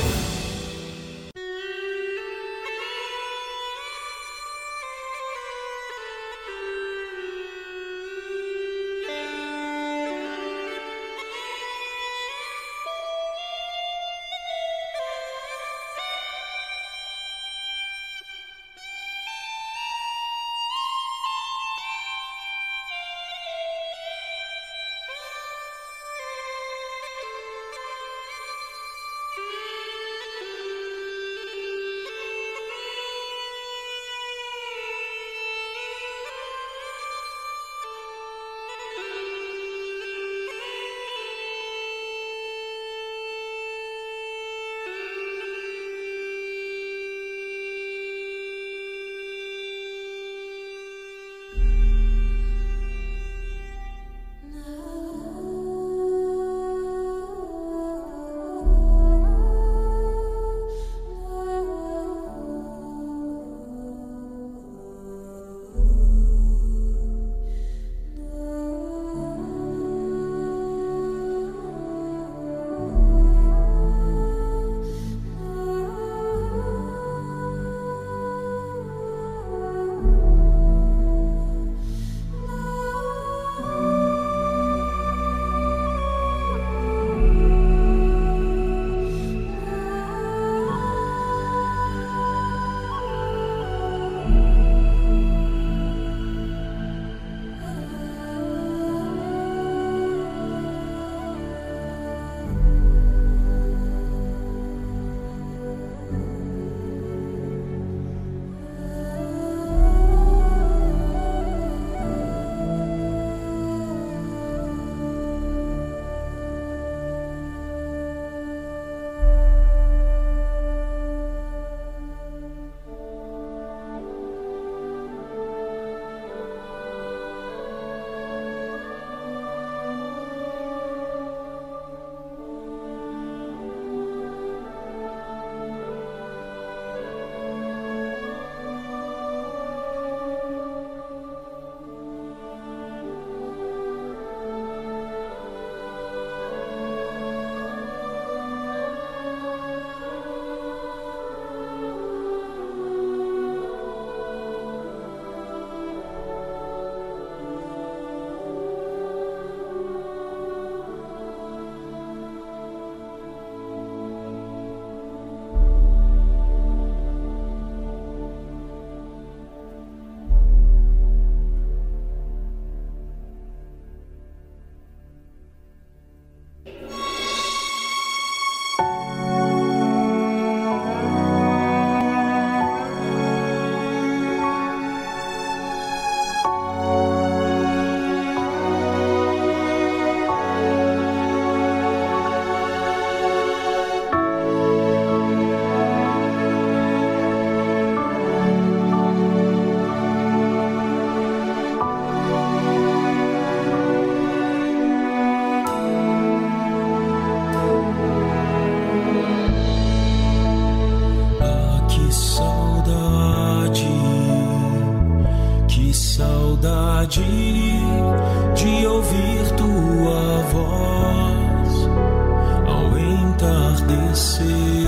saudade, que saudade de ouvir tua voz ao entardecer.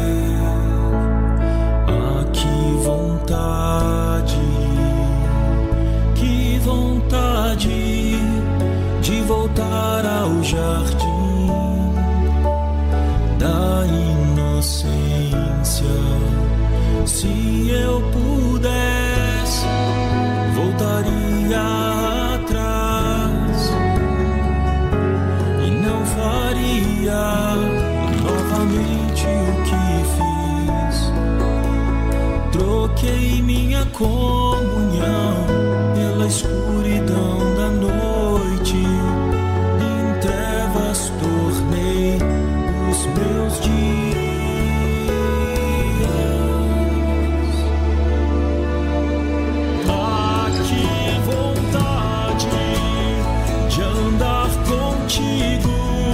Ah, que vontade, que vontade de voltar ao jardim da inocência. Se eu pudesse, voltaria atrás e não faria novamente o que fiz. Troquei minha comunhão pela escuridão da noite, em trevas tornei os meus dias. Ah, que vontade de andar contigo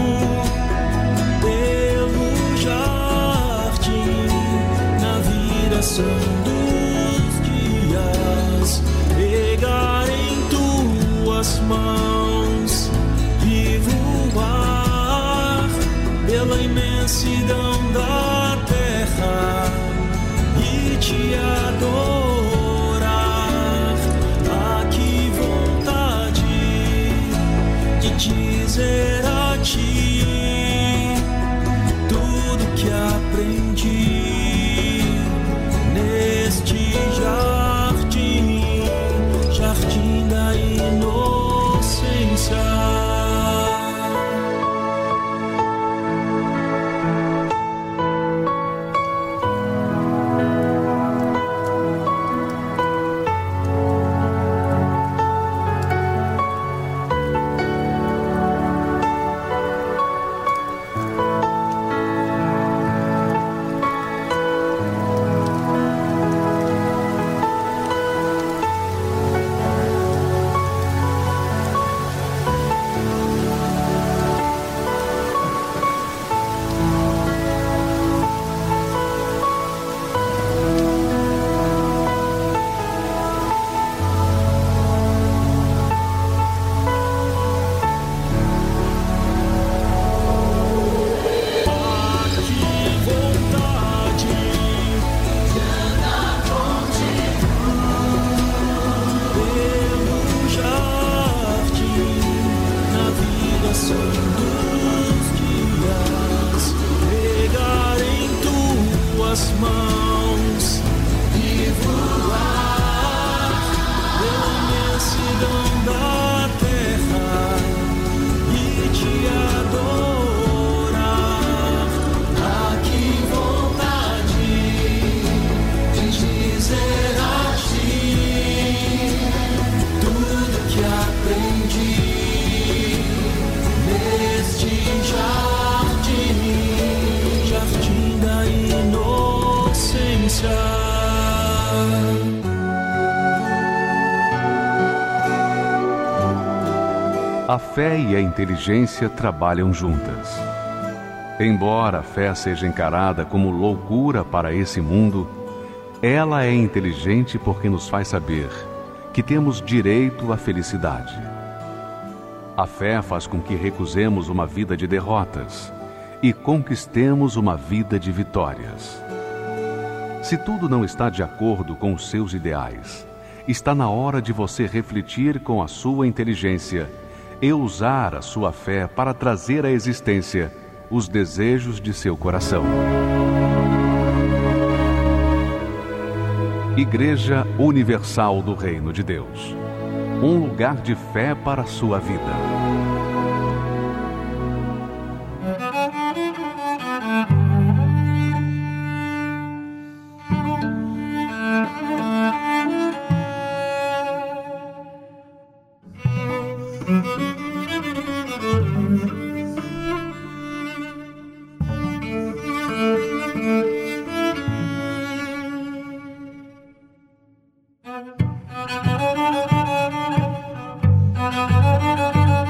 pelo jardim, na viração dos dias, pegar em tuas mãos e voar pela imensidão da terra e te adorar. Ah, que vontade de dizer a ti tudo que aprendi neste jardim, jardim da inocência. A fé e a inteligência trabalham juntas. Embora a fé seja encarada como loucura para esse mundo, ela é inteligente porque nos faz saber que temos direito à felicidade. A fé faz com que recusemos uma vida de derrotas e conquistemos uma vida de vitórias. Se tudo não está de acordo com os seus ideais, está na hora de você refletir com a sua inteligência e usar a sua fé para trazer à existência os desejos de seu coração. Igreja Universal do Reino de Deus. Um lugar de fé para a sua vida. Thank you.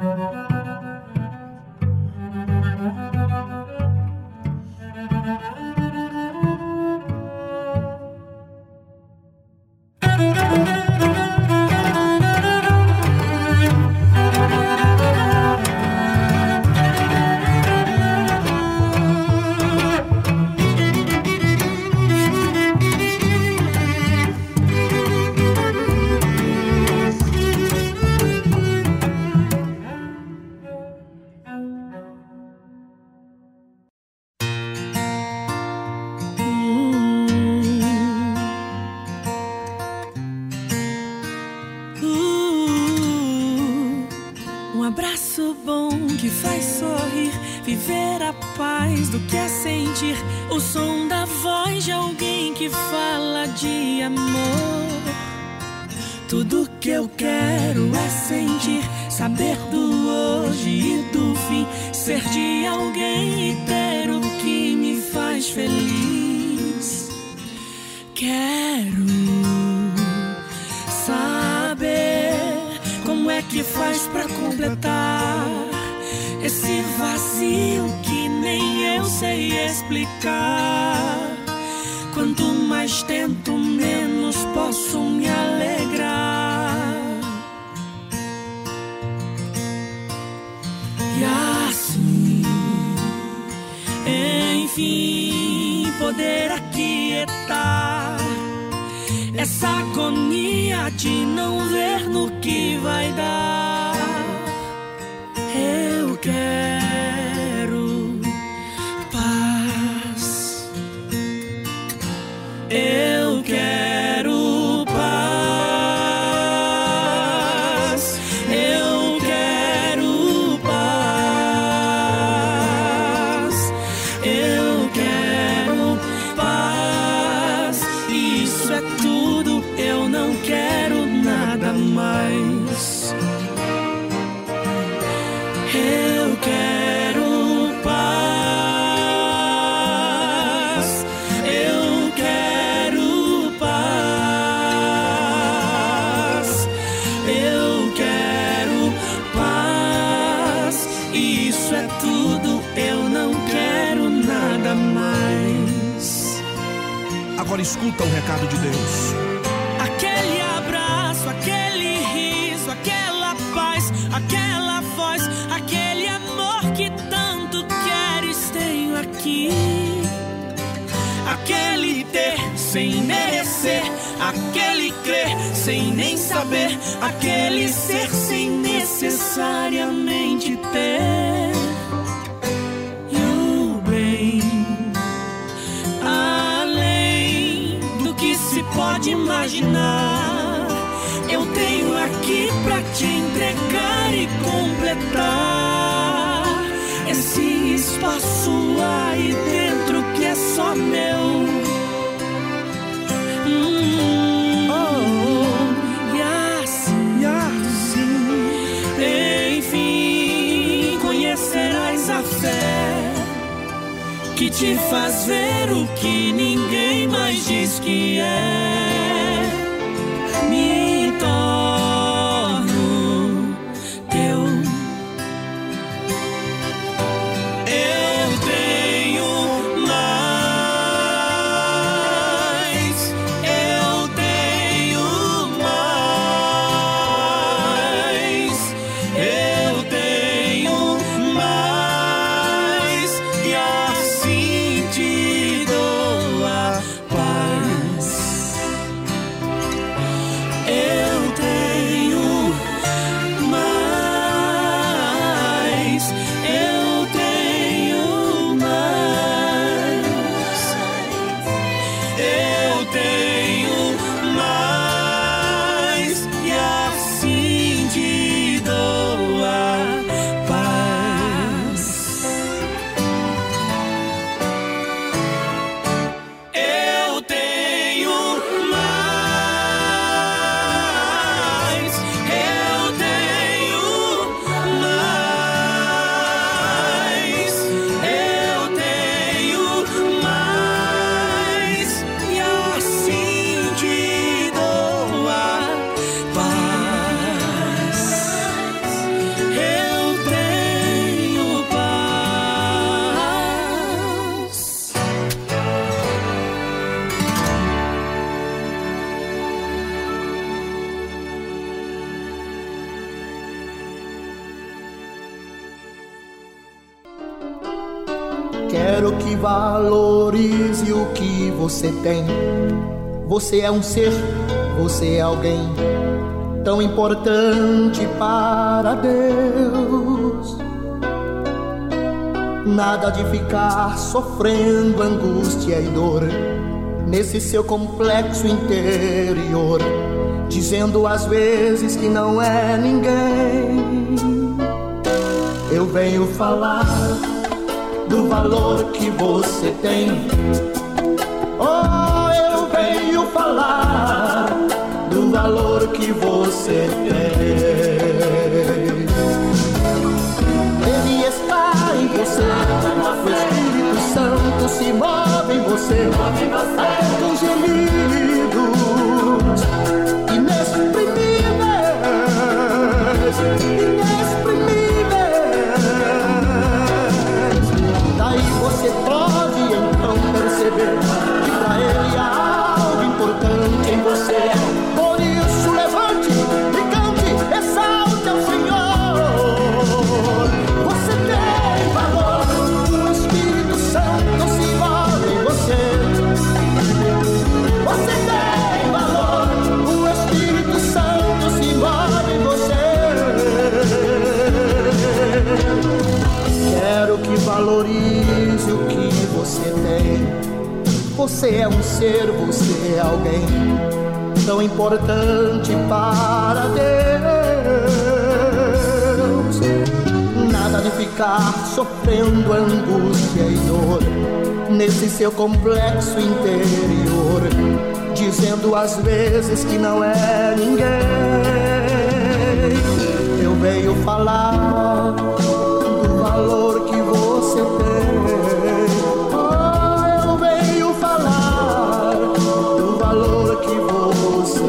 Agora escuta o recado de Deus. Aquele abraço, aquele riso, aquela paz, aquela voz, aquele amor que tanto queres tenho aqui. Aquele ter sem merecer, aquele crer sem nem saber, aquele ser sem necessariamente ter. E o bem se pode imaginar, eu tenho aqui pra te entregar e completar esse espaço aí dentro que é só meu. Hum, oh, e assim, assim, enfim, conhecerás a fé que te faz ver o que ninguém mais diz que é. Me torno teu. Eu tenho mais. Eu tenho mais. Eu tenho mais. E assim te dou a paz. Eu Quero que valorize o que você tem. Você é um ser, você é alguém tão importante para Deus. Nada de ficar sofrendo angústia e dor nesse seu complexo interior, dizendo às vezes que não é ninguém. Eu venho falar do valor que você tem. Oh, eu venho falar do valor que você tem. Ele está em você, o Espírito Santo se move em você, até com gemidos inexprimíveis, inexprimíveis. Daí você pode então perceber que pra Ele há algo importante em você. Por isso levante e cante, exalte ao Senhor. Você tem valor, o Espírito Santo se move em você. Você tem valor, o Espírito Santo se move em você. Quero que valorize o que você tem. Você é um ser, você é alguém tão importante para Deus. Nada de ficar sofrendo angústia e dor nesse seu complexo interior, dizendo às vezes que não é ninguém. Eu venho falar do valor que você tem. Oh, eu venho falar do valor que você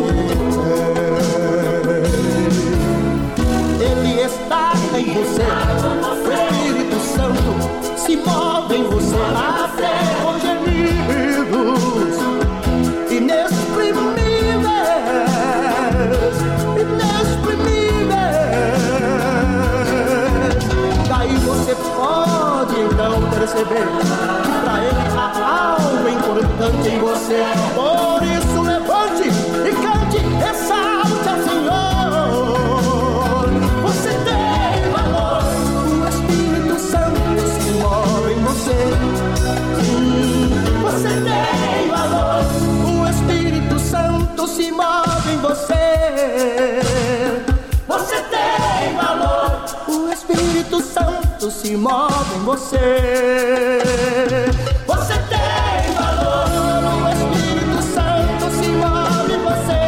tem. Ele está em você, o Espírito Santo se move em você, até com gemidos inexprimíveis, inexprimíveis. Daí você pode então perceber que pra Ele há algo importante em você. Por isso levante e cante, exalte ao Senhor. Você tem valor, o Espírito Santo se move em você. Você tem valor, o Espírito Santo se move em você. Você tem valor, o Espírito Santo se move em você. Você tem valor, o Espírito Santo se move em você.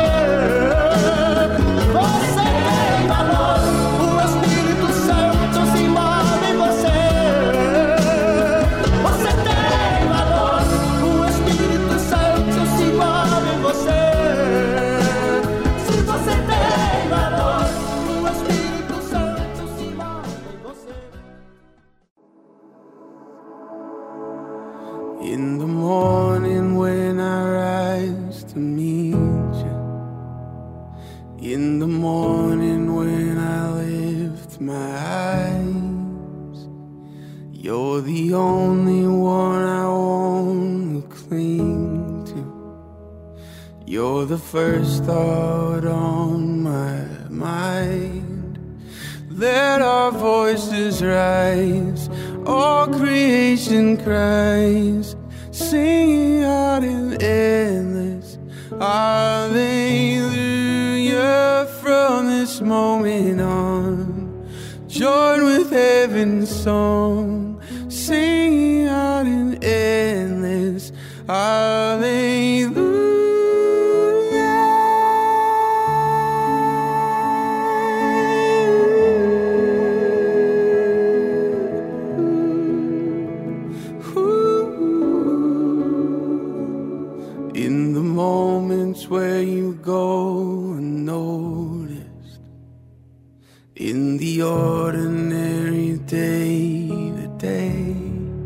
Você tem valor, o Espírito Santo se move em você. Você tem valor, o Espírito Santo se move em você. Se você tem valor, o Espírito Santo se move em você. In the morning when I rise to meet you, in the morning when I lift my eyes, you're the only one I want to cling to. You're the first thought on my mind. Let our voices rise, all creation cries, singing out in endless hallelujah. From this moment on, join with heaven's song, singing out in endless hallelujah. Where you go unnoticed, in the ordinary day to day,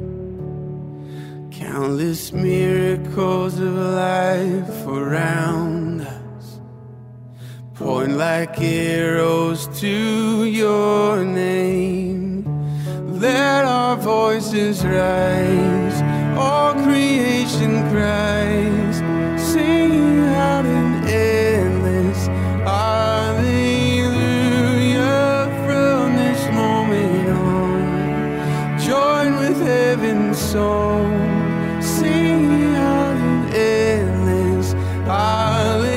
countless miracles of life around us point like arrows to your name. Let our voice voices rise, all creation cries, singing out an endless hallelujah from this moment on. Join with heaven's song, singing out an endless hallelujah.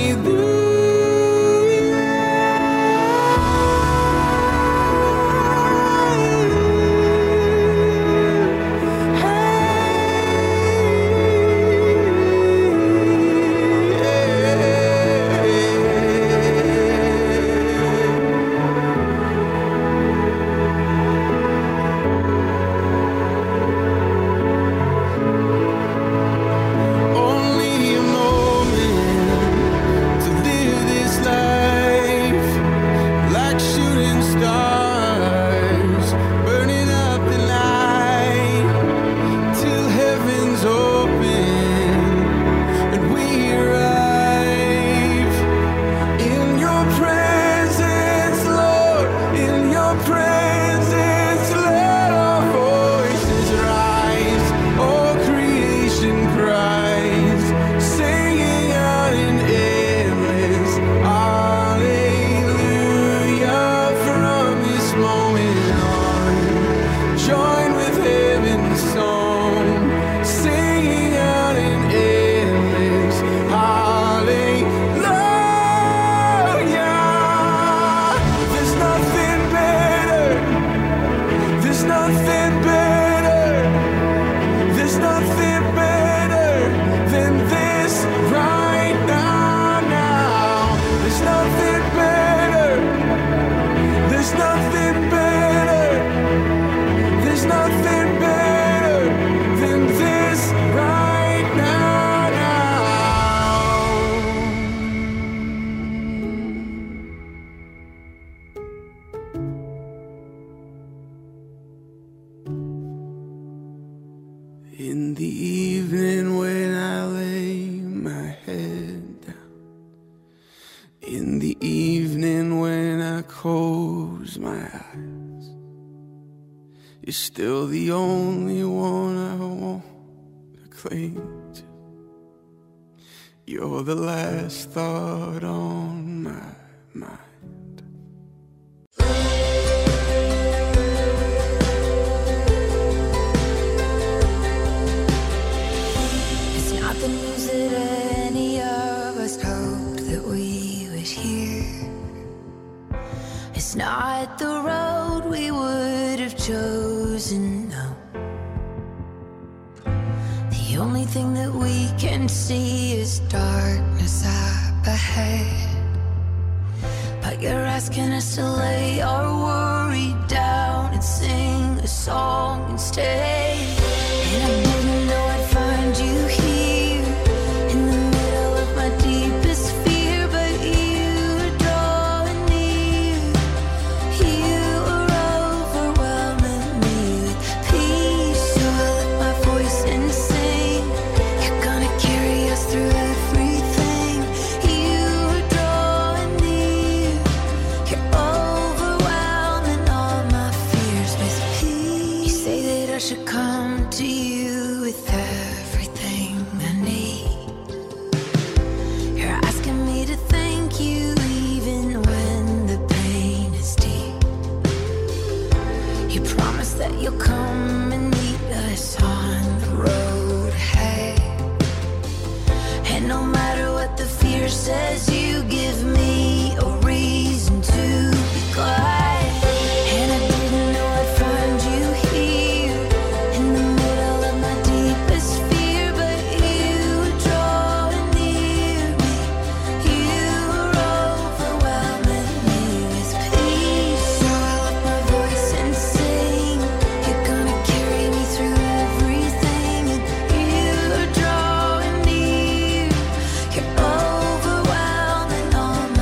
In the evening when I lay my head down, in the evening when I close my eyes, you're still the only one I want to cling to. You're the last thought on my mind. The news that any of us hoped that we would hear. It's not the road we would have chosen, no. The only thing that we can see is darkness up ahead. But you're asking us to lay our worry down and sing a song instead. And I didn't know I'd find you here, deepest fear, but you are drawing near. You are overwhelming me with peace. So I lift my voice and sing. You're gonna carry us through everything. You are drawing near. You're overwhelming all my fears with peace. You say that I should come to you with everything I need. To thank you even when the pain is deep. You promise that you'll come and meet us on the road ahead. And no matter what the fear says, you give me a reason to be glad. And I didn't know I'd find you here in the middle of my deepest fear, but you were drawing near me. All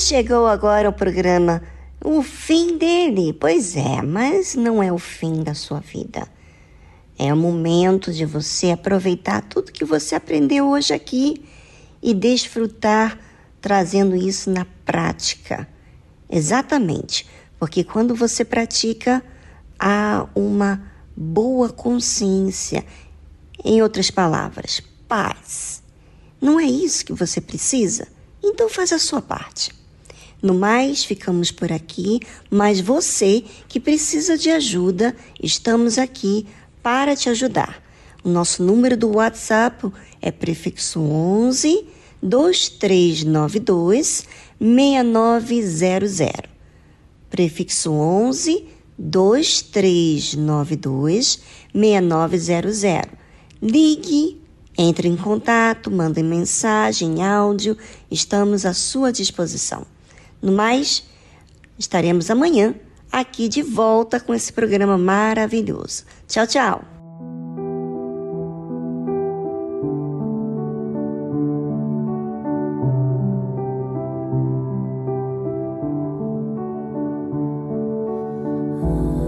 chegou agora o programa, o fim dele. Pois é, mas não é o fim da sua vida. É o momento de você aproveitar tudo que você aprendeu hoje aqui e desfrutar trazendo isso na prática. Exatamente, porque quando você pratica, há uma boa consciência. Em outras palavras, paz. Não é isso que você precisa? Então faz a sua parte. No mais, ficamos por aqui, mas você que precisa de ajuda, estamos aqui para te ajudar. O nosso número do WhatsApp é prefixo onze, dois três nove dois, seis nove zero zero. Prefixo onze, dois três nove dois, seis nove zero zero. Ligue, entre em contato, mande mensagem, áudio, estamos à sua disposição. No mais, estaremos amanhã aqui de volta com esse programa maravilhoso. Tchau, tchau! Oh